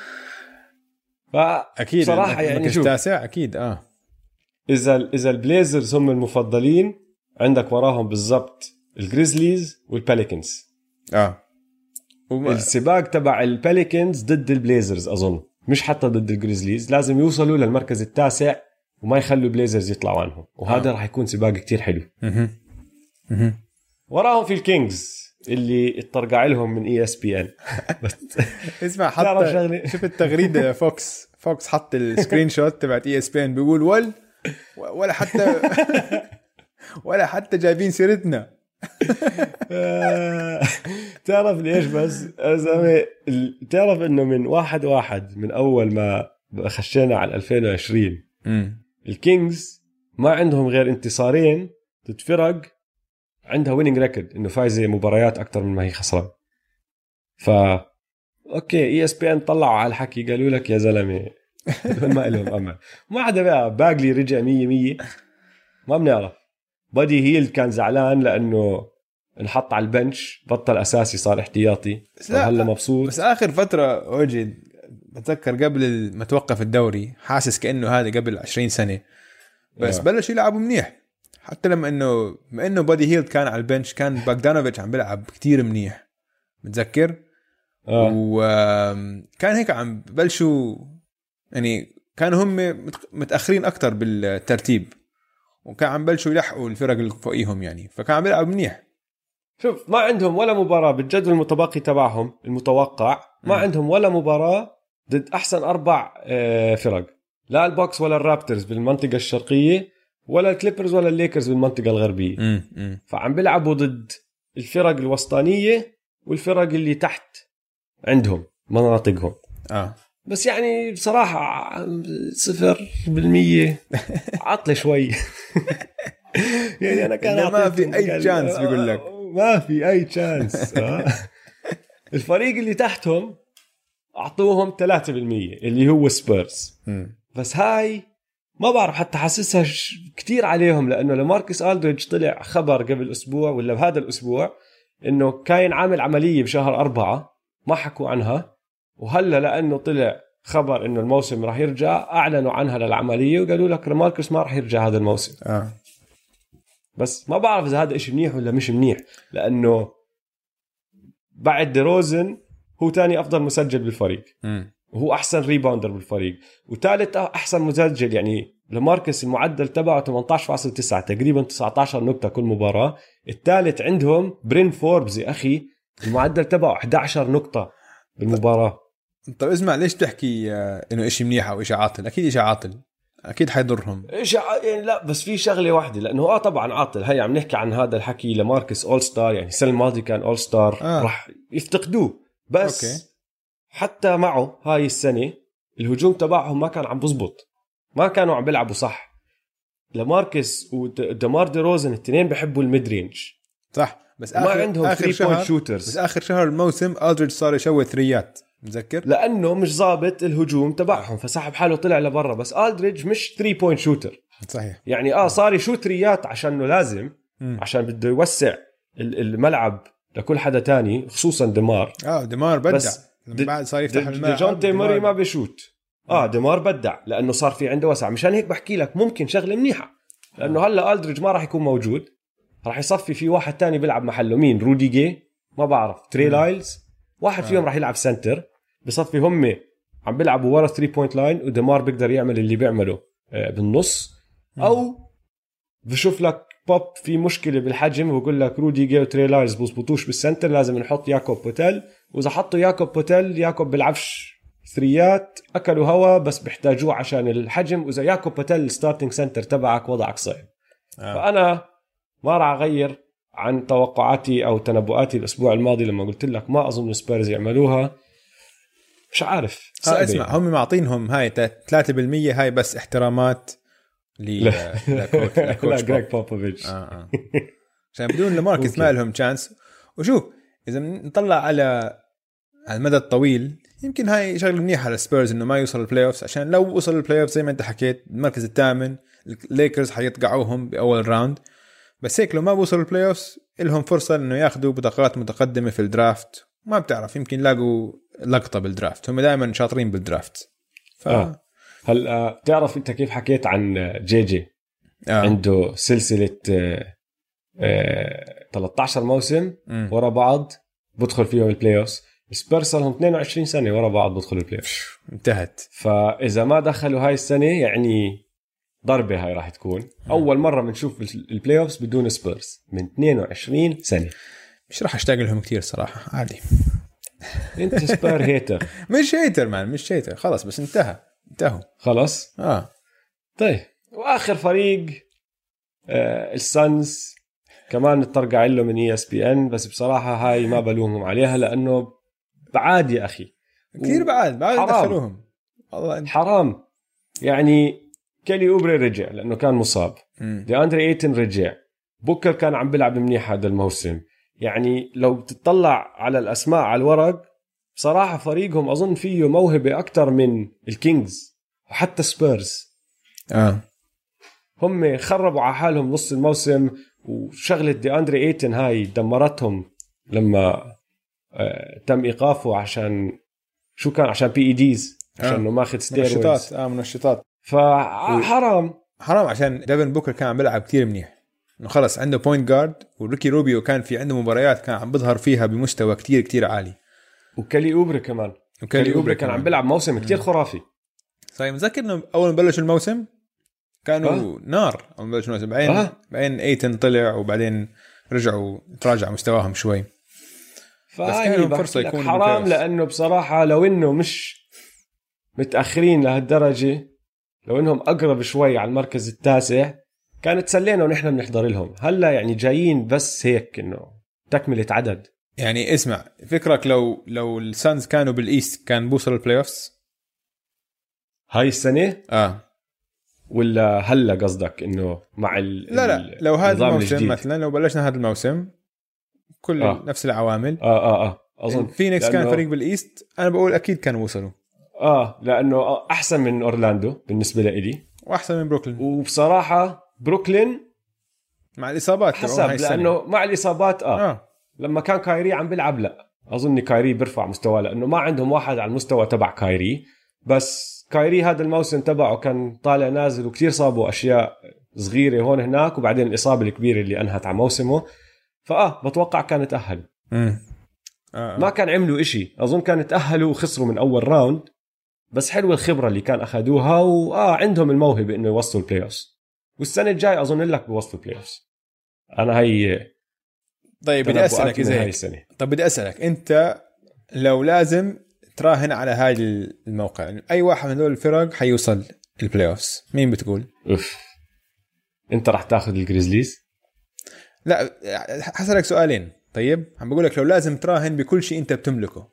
فأكيد صراحة يعني شوف تاسع أكيد آه إذا إذا البليزرز هم المفضلين، عندك وراهم بالضبط الجريزليز والباليكنز. آه وما... السباق تبع الباليكنز ضد البليزرز أظن، مش حتى ضد الجريزليز. لازم يوصلوا للمركز التاسع وما يخلوا البليزرز يطلعوا عنهم، وهذا آه. راح يكون سباق كتير حلو. م- م- وراهم في الكينجز اللي اترقع لهم من اي اس بي ان. اسمع حتى شوف التغريده فوكس فوكس حط السكرين شوت تبعت اي اس بي ان بيقول ول ولا حتى ولا حتى جايبين سيرتنا. تعرف ليش؟ بس زلمه تعرف انه من واحد واحد من اول ما خشينا على ألفين وعشرين الكينجز ما عندهم غير انتصارين ضد فرق عندها ويننج ريكورد، انه فايزه مباريات اكثر من ما هي خسران. ف اوكي اي اس بي ان طلعوا على الحكي قالوا لك يا زلمه ما لهم امل. ما عدا بقى باقلي رجع مية مية ما بنعرف. بادي هيل كان زعلان لانه انحط على البنش، بطل اساسي صار احتياطي. هلا مبسوط. بس اخر فتره وجد بتذكر قبل ما توقف الدوري حاسس كانه هذا قبل عشرين سنه بس بلش يلعبوا منيح. حتى لما انه ما انه بادي هيل كان على البنش كان باغدانوفيتش عم بيلعب كتير منيح متذكر. آه. وكان هيك عم بلشوا يعني كانوا هم متاخرين اكتر بالترتيب وكان عم بلشوا يلحقوا الفرق اللي فوقيهم يعني، فكان عم بيلعب منيح. شوف ما عندهم ولا مباراة بالجدول المتبقي تبعهم المتوقع، ما م. عندهم ولا مباراة ضد أحسن أربع فرق، لا البوكس ولا الرابترز بالمنطقة الشرقية ولا الكليبرز ولا الليكرز بالمنطقة الغربية. م. م. فعم بيلعبوا ضد الفرق الوسطانية والفرق اللي تحت عندهم مناطقهم. آه. بس يعني بصراحة صفر بالمية عطلة شوي. يعني أنا كان ما في أي تشانس بيقول لك ما في أي تشانس. الفريق اللي تحتهم أعطوهم ثلاثة بالمية اللي هو سبيرز. بس هاي ما بعرف حتى حاسسها كتير عليهم، لأنه لماركس ألدريدج طلع خبر قبل أسبوع ولا بهذا الأسبوع إنه كاين عامل عملية بشهر أربعة ما حكوا عنها، وهلا لأنه طلع خبر إنه الموسم راح يرجع أعلنوا عنها للعملية وقالوا لك ماركس ما راح يرجع هذا الموسم. آه. بس ما بعرف إذا هذا إشي منيح ولا مش منيح، لأنه بعد ديروزن هو تاني أفضل مسجل بالفريق م. وهو أحسن ريباوندر بالفريق، وثالث أحسن مسجل. يعني لماركس المعدل تبعه ثمانية عشر فاصلة تسعة تقريبا تسعة عشر نقطة كل مباراة. الثالث عندهم برين فوربز يا أخي المعدل تبعه أحد عشر نقطة بالمباراة. طيب اسمع ليش تحكي إنه إشي منيح أو إشي عاطل؟ أكيد إشي عاطل أكيد حيضرهم. إيش يعني لا بس في شغلة واحدة، لأنه آه طبعا عاطل. هيا عم نحكي عن هذا الحكي لماركس أول ستار، يعني السنة الماضية كان أول ستار آه. راح يفتقدوه. بس أوكي. حتى معه هاي السنة الهجوم تبعهم ما كان عم بزبط، ما كانوا عم بيلعبوا صح. لماركس ودمار دي روزن الاثنين بيحبوا الميد رينج صح، بس ما عندهم آخر شهر شوترز. بس آخر شهر الموسم ألدريدج صار يشوي ثريات متذكر، لأنه مش ضابط الهجوم تبعهم فسحب حاله طلع لبرا. بس ألدريدج مش ثري بوينت شوتر صحيح، يعني آه صار يشوت ثريات عشانه لازم م. عشان بده يوسع الملعب لكل حدا تاني خصوصا ديمار. اه ديمار بدع بس لما بعد صار يفتح الملعب. ديجونتي موري ما بيشوت. اه ديمار بدع لانه صار في عنده وسع. مشان هيك بحكي لك ممكن شغله منيحه لانه هلا ألدريج ما راح يكون موجود، راح يصفي في واحد تاني بيلعب محله. مين؟ روديجي ما بعرف، تري لايلز واحد آه. فيهم راح يلعب سنتر بصفي. هم عم بيلعبوا ورا ثري بوينت لاين وديمار بيقدر يعمل اللي بيعمله بالنص. او بشوف لك بوب في مشكله بالحجم وبقول لك روديجي وتري لايلز بوزبطوش بالسنتر، لازم نحط ياكوب بوتيل. واذا حطوا ياكوب بوتيل ياكوب بيلعبش ثريات، اكلوا هوا بس بيحتاجوه عشان الحجم. واذا ياكوب بوتيل ستارتنج سنتر تبعك وضعك صعب. آه. فانا ما راح اغير عن توقعاتي او تنبؤاتي الاسبوع الماضي لما قلت لك ما اظن سبيرز يعملوها. مش عارف. آه اسمع، هم معطينهم هاي ثلاثة بالمية هاي بس احترامات ل لكوتش لا جريج بوبوفيتش. اه اه عشان بدون لماركس ما لهم تشانس. وشوف اذا نطلع على على المدى الطويل يمكن هاي شغله منيحه للسبيرز انه ما يوصل البلاي اوفز، عشان لو وصل البلاي اوفز زي ما انت حكيت المركز الثامن الليكرز حيطقعوهم باول راوند. بس هيك لو ما وصلوا البلاي اوفز لهم فرصه انه ياخذوا بطاقات متقدمه في الدرافت. ما بتعرف يمكن لاقوا لقطه بالدرافت، هم دائما شاطرين بالدرافت. ف... آه. هل تعرف انت كيف حكيت عن جي جي؟ آه. عنده سلسله آه آه ثلاثة عشر موسم م. ورا بعض بدخل فيهم البلاي اوفز. سبيرس لهم اثنين وعشرين سنه ورا بعض بدخلوا البلاي اوفز. انتهت. فاذا ما دخلوا هاي السنه يعني ضربه هاي راح تكون م. اول مره بنشوف البلاي اوفز بدون سبيرس من اثنين وعشرين سنه. مش راح اشتاق لهم كتير صراحه، عادي. انت سبير هيتر. مش هيتر مان، مش هيتر، خلاص بس انتهى انتهوا خلاص. اه طيب واخر فريق آه السانز كمان اترجع له من اي اس بي ان، بس بصراحه هاي ما بلومهم عليها لانه بعاد يا اخي كثير بعاد بعد دخلوهم والله انت. حرام يعني. كيلي اوبري رجع لانه كان مصاب. دي اندري ايتن رجع. بوكر كان عم بيلعب منيح هذا الموسم. يعني لو تطلع على الاسماء على الورق بصراحه فريقهم اظن فيه موهبه اكتر من الكينجز وحتى سبيرز. اه هم خربوا على حالهم نص الموسم، وشغله دي اندري ايتن هاي دمرتهم لما آه تم ايقافه عشان شو كان، عشان بي اي ديز، عشان انه آه. ماخذ ستيرويدز. اه منشطات. فحرام حرام عشان ديفن بوكر كان عم بيلعب كتير منيح، انه خلص عنده بوينت جارد، وريكي روبيو كان في عنده مباريات كان عم بيظهر فيها بمستوى كتير كتير عالي. وكالي اوبري كمان وكالي اوبري كان عم بيلعب موسم كتير خرافي. صحيح متذكر انه اول ما بلش الموسم كانوا آه. نار. اول ما بلش الموسم بعدين آه. بعدين ايتن طلع وبعدين رجعوا تراجع مستواهم شوي. بس كان فرصه يكون حرام مكرس. لانه بصراحه لو انه مش متاخرين لهالدرجه، لو انهم اقرب شوي على المركز التاسع كانت سلينا ونحن بنحضر لهم. هلا يعني جايين بس هيك انه تكمله عدد. يعني اسمع فكرك لو لو السانز كانوا بالايست كان بوصل البلاي اوفز هاي السنه اه ولا هلا قصدك انه مع ال لا لا لو هذا الموسم الجديد. مثلا لو بلشنا هذا الموسم كل آه. نفس العوامل اه اه اه اظن فينيكس كان فريق بالايست، انا بقول اكيد كانوا وصلوا. اه لانه احسن من اورلاندو بالنسبه لي واحسن من بروكلين. وبصراحه بروكلين مع الاصابات حسب لانه مع الاصابات اه, آه. لما كان كايري عم بيلعب لا اظن كايري بيرفع مستواه لانه ما عندهم واحد على المستوى تبع كايري. بس كايري هذا الموسم تبعه كان طالع نازل وكتير صابوا اشياء صغيره هون هناك، وبعدين الاصابه الكبيره اللي انهت على موسمه. فاه بتوقع كان تاهل. آه آه. ما كان عملوا إشي، اظن كان تاهلوا وخسروا من اول راوند. بس حلوه الخبره اللي كان اخذوها، واه عندهم الموهبه انه يوصلوا البلاي اوف. والسنه الجاي اظن لك بيوصلوا البلاي اوف. انا هي طيب بدي اسالك اذا هاي السنه. طب بدي اسالك انت لو لازم تراهن على هاي الموقع يعني اي واحد من دول الفرق حيوصل البلاي اوف، مين بتقول؟ اوف انت راح تاخذ الجريزليز؟ لا حسألك سؤالين. طيب عم بقول لك لو لازم تراهن بكل شيء انت بتملكه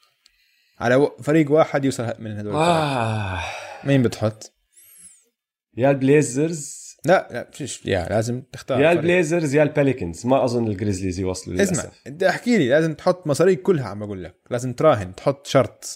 على فريق واحد يوصل من هدول آه. مين بتحط؟ يا البليزرز لا لا فيش يا لازم تختار يا البليزرز يا الباليكنز. ما اظن الجريزليز يوصلوا للاسف. اسمع انت احكي لي لازم تحط مصاريك كلها، عم بقول لك لازم تراهن تحط شرط.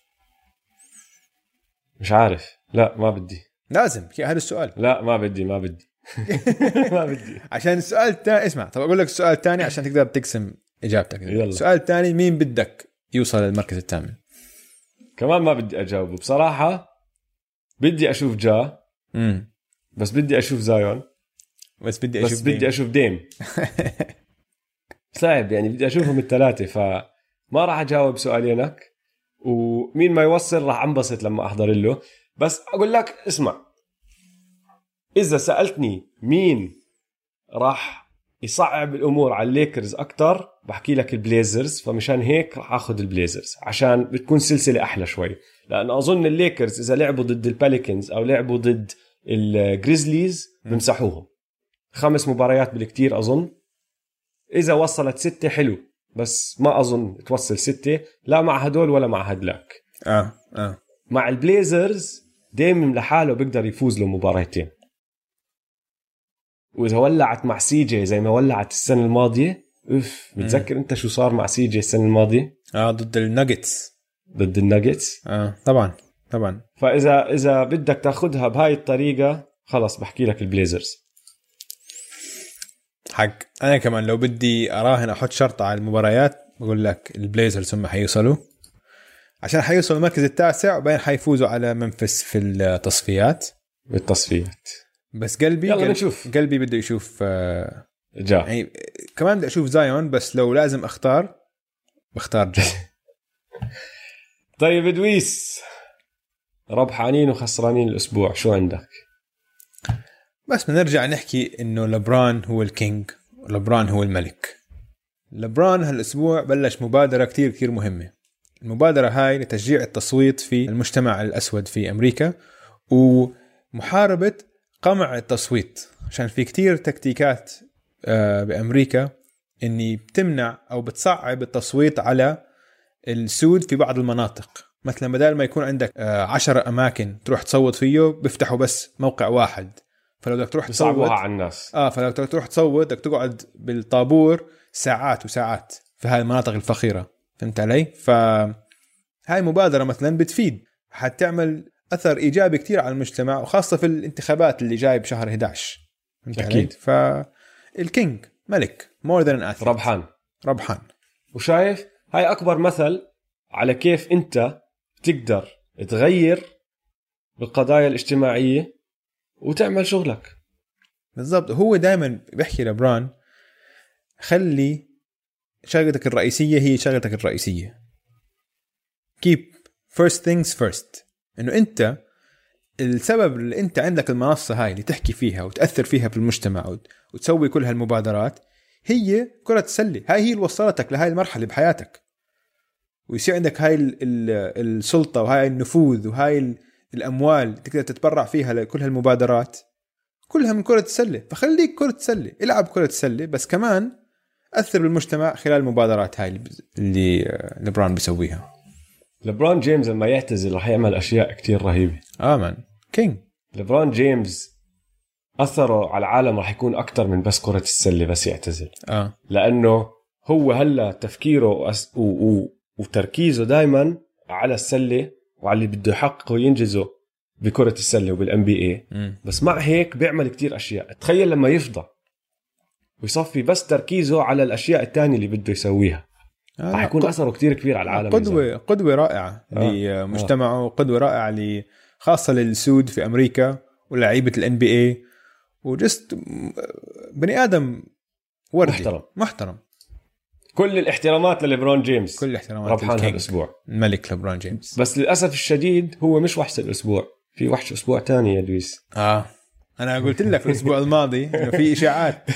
مش عارف لا ما بدي. لازم هذا السؤال. لا ما بدي ما بدي ما بدي عشان السؤال الثاني. اسمع طب اقول لك السؤال الثاني عشان تقدر تقسم اجابتك. يلا. السؤال الثاني، مين بدك يوصل للمركز الثامن؟ كمان ما بدي اجاوبه بصراحه. بدي اشوف جا امم بس بدي اشوف زايون بس بدي بس اشوف بدي ديم. اشوف ديم. صعب يعني، بدي اشوفهم الثلاثه، فما راح اجاوب سؤالينك. ومين ما يوصل راح انبسط لما احضر له. بس اقول لك اسمع، اذا سالتني مين راح يصعب الامور على الليكرز اكتر، بحكي لك البليزرز. فمشان هيك راح اخذ البليزرز عشان بتكون سلسله احلى شوي. لان اظن الليكرز اذا لعبوا ضد الباليكنز او لعبوا ضد الجريزليز بمسحوهم. خمس مباريات بالكتير اظن. اذا وصلت ستة حلو، بس ما اظن توصل ستة، لا مع هدول ولا مع هدلاك. اه اه مع البليزرز دايما لحاله بيقدر يفوز له مباراتين. واذا ولعت مع سي جي زي ما ولعت السنه الماضيه، اف متذكر انت شو صار مع سي جي السنه الماضيه؟ اه ضد الناجتس. ضد الناجتس. اه طبعا طبعا. فاذا اذا بدك تاخذها بهاي الطريقه، خلص بحكي لك البليزرز. حق انا كمان لو بدي اراهن احط شرط على المباريات، بقول لك البليزرز هم حيوصلوا، عشان حيوصلوا المركز التاسع وبين حيفوزوا على منفس في التصفيات. بالتصفيات. بس قلبي يلا قلبي, نشوف. قلبي بده يشوف آه جا يعني كمان بدي اشوف زايون، بس لو لازم اختار بختار جا. طيب ادويس، ربحانين وخسرانين الاسبوع، شو عندك؟ بس بنرجع نحكي انه لبران هو الكينج ولبران هو الملك. لبران هالاسبوع بلش مبادرة كتير كتير مهمة. المبادرة هاي لتشجيع التصويت في المجتمع الأسود في أمريكا ومحاربة قمع التصويت، عشان في كتير تكتيكات بأمريكا إني بتمنع أو بتصعب التصويت على السود في بعض المناطق. مثلا بدل ما يكون عندك عشر أماكن تروح تصوت فيه، بيفتحوا بس موقع واحد. فلو بدك تروح تصوت على الناس اه فلو بدك تروح تصوت بدك تقعد بالطابور ساعات وساعات في هاي المناطق الفقيرة. فهمت علي؟ فهاي مبادرة مثلا بتفيد، حتعمل أثر إيجابي كتير على المجتمع، وخاصة في الانتخابات اللي جاي بشهر إحدى عشر. فهمت أكيد. علي؟ فالكينج ملك more than an athlete. ربحان ربحان. وشايف هاي أكبر مثل على كيف أنت تقدر تغير بالقضايا الاجتماعية وتعمل شغلك. بالضبط. هو دائما بيحكي لبران خلي شغلتك الرئيسية هي شغلتك الرئيسية. keep first things first. إنه أنت السبب اللي أنت عندك المنصة هاي اللي تحكي فيها وتأثر فيها في المجتمع وتسوي كل هالمبادرات هي كرة السلة. هاي هي اللي وصلتك لهاي المرحلة بحياتك، ويصير عندك هاي السلطة وهاي النفوذ وهاي الأموال تقدر تتبرع فيها لكل هالمبادرات، كلها من كرة السلة. فخليك كرة السلة، العب كرة السلة، بس كمان أثر بالمجتمع خلال المبادرات هاي اللي لبران بيسويها. لبران جيمس لما يعتزل رح يعمل أشياء كتير رهيبة. آمن كينج. لبران جيمس أثره على العالم رح يكون أكتر من بس كرة السلة بس يعتزل. آه. لأنه هو هلا تفكيره وأس... و... و... وتركيزه دايما على السلة وعلى اللي بده يحققه وينجزه بكرة السلة وبالان بي اي. بس مع هيك بيعمل كتير أشياء. تخيل لما يفضى ويصفي بس تركيزه على الأشياء التانية اللي بده يسويها، آه راح يكون أثره كتير كبير على العالم. قدوة قدوة رائعة آه. لمجتمعه، قدوة رائعة ل خاصة للسود في أمريكا ولاعيبة الان بي اي، وجست بني آدم وردي محترم محترم. كل الاحترامات لليبرون جيمس، كل الاحترامات. ربحان هالأسبوع الملك ليبرون جيمس. بس للأسف الشديد هو مش وحش الأسبوع، في وحش أسبوع تاني يا دويس. آه أنا قلت لك الأسبوع الماضي إنه في إشاعات.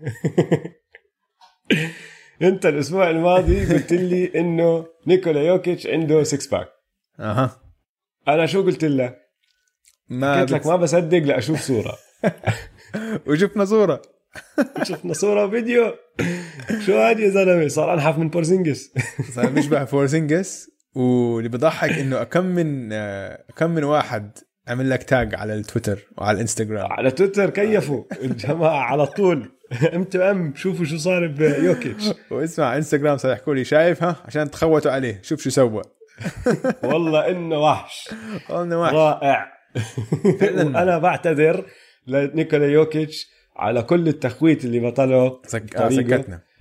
أنت الأسبوع الماضي قلت لي إنه نيكولا يوكيتش عنده سيكس باك. أها. أنا شو قلت لك؟ ما قلت لك ما بصدق لأشوف صورة. وشفنا صورة. شفنا صورة فيديو. شو هاد يا زلمة؟ صار أنحف من بورزينجس. صار بيشبه بورزينجس. واللي بضحك إنه كم من كم من واحد عمل لك تاج على التويتر وعلى الانستغرام. على تويتر كيفوا الجماعة على طول ام تو ام شوفوا شو صار بيوكيتش. واسمع انستغرام صار يحكوا لي شايف ها عشان تخوتوا عليه، شوف شو سوى. والله إنه وحش. والله وحش رائع. أنا بعتذر لنيكولا يوكيتش على كل التخويت اللي بطله سك... سكتنا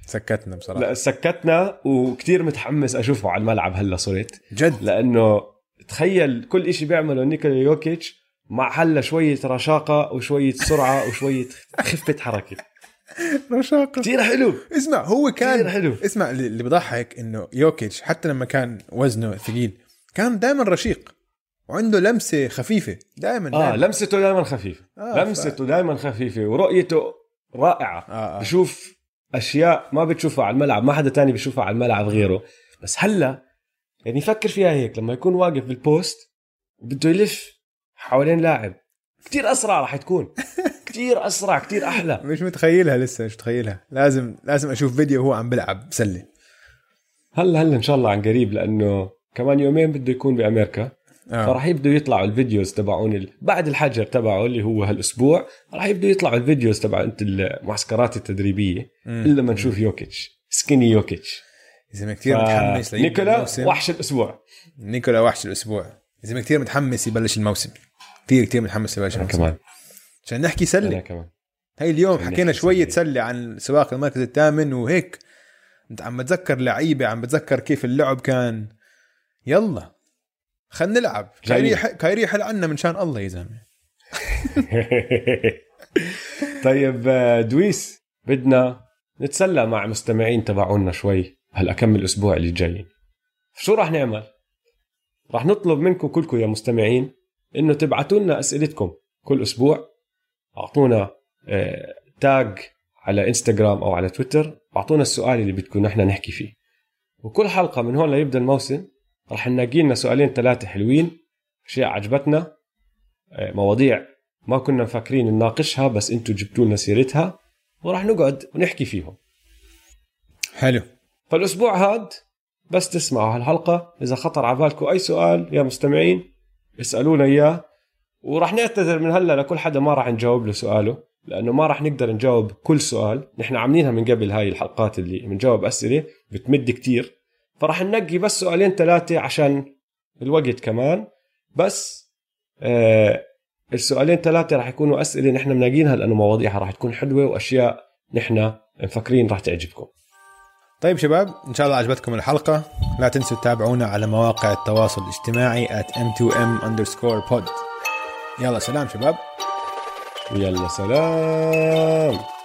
سكتنا بصراحة. لا سكتنا وكتير متحمس أشوفه على الملعب هلا صرت جد، لأنه تخيل كل إشي بيعمله نيكولا يوكيتش مع هلا شوية رشاقة وشوية سرعة وشوية خفة حركة. رشاقة كتير حلو. اسمع هو كان حلو. اسمع اللي بضحك إنه يوكيتش حتى لما كان وزنه ثقيل كان دائما رشيق وعنده لمسة خفيفة دائما. آه لمسته دائما خفيفة. آه لمسته ف... دائما خفيفة ورؤيته رائعة. آه آه. بشوف أشياء ما بتشوفها على الملعب، ما حدا تاني بيشوفها على الملعب غيره. بس هلا يعني فكر فيها هيك، لما يكون واقف بالبوست وبده يلف حوالين لاعب كتير أسرع راح تكون. كتير أسرع كتير أحلى. مش متخيلها لسه، مش متخيلها. لازم لازم أشوف فيديو هو عم بلعب سلة. هلا هلا إن شاء الله عن قريب، لأنه كمان يومين بده يكون بأمريكا. آه. فراح يبدوا يطلعوا الفيديوز تبعون بعد الحجر تبعه اللي هو هالأسبوع، راح يبدوا يطلعوا الفيديوز تبع انت المعسكرات التدريبية. مم. إلا ما نشوف يوكيتش سكيني يوكيتش. إذا ما كتير متحمس نيكولا وحش الأسبوع. نيكولا وحش الأسبوع. إذا ما كتير متحمس يبلش الموسم. كتير كتير متحمس يبلش الموسم. كمان عشان نحكي سلة. كمان. هاي اليوم حكينا شوية سلة عن سباق المركز الثامن وهيك. أنت عم بتذكر لعيبة، عم بتذكر كيف اللعب كان. يلا خلينا نلعب. كايري كايري يحل عنا من شان الله يا زلمه. طيب دويس، بدنا نتسلى مع مستمعين تبعونا شوي هلا كم الاسبوع اللي جاي. شو راح نعمل؟ راح نطلب منكم كلكم يا مستمعين انه تبعتوا لنا اسئلتكم كل اسبوع. اعطونا اه تاج على انستغرام او على تويتر، اعطونا السؤال اللي بدكم نحن نحكي فيه. وكل حلقه من هون ليبدا الموسم راح نلاقي لنا سؤالين ثلاثة حلوين، أشياء عجبتنا، مواضيع ما كنا مفكرين نناقشها بس أنتوا جبتوا لنا سيرتها، وراح نقعد ونحكي فيهم. حلو. فالأسبوع هاد بس تسمعوا هالحلقة، إذا خطر على بالكم أي سؤال يا مستمعين اسألونا إياه، وراح نعتذر من هلا لكل حدا ما راح نجاوب له سؤاله، لأنه ما راح نقدر نجاوب كل سؤال. نحن عاملينها من قبل هاي الحلقات اللي بنجاوب أسئلة بتمد كتير، فراح ننقي بس سؤالين ثلاثة عشان الوقت كمان. بس آه السؤالين ثلاثة راح يكونوا أسئلة نحن مناقينها لأنه مواضيعها راح تكون حلوة وأشياء نحن مفكرين راح تعجبكم. طيب شباب، إن شاء الله عجبتكم الحلقة. لا تنسوا تتابعونا على مواقع التواصل الاجتماعي at ام تو ام underscore pod. يلا سلام شباب. يلا سلام.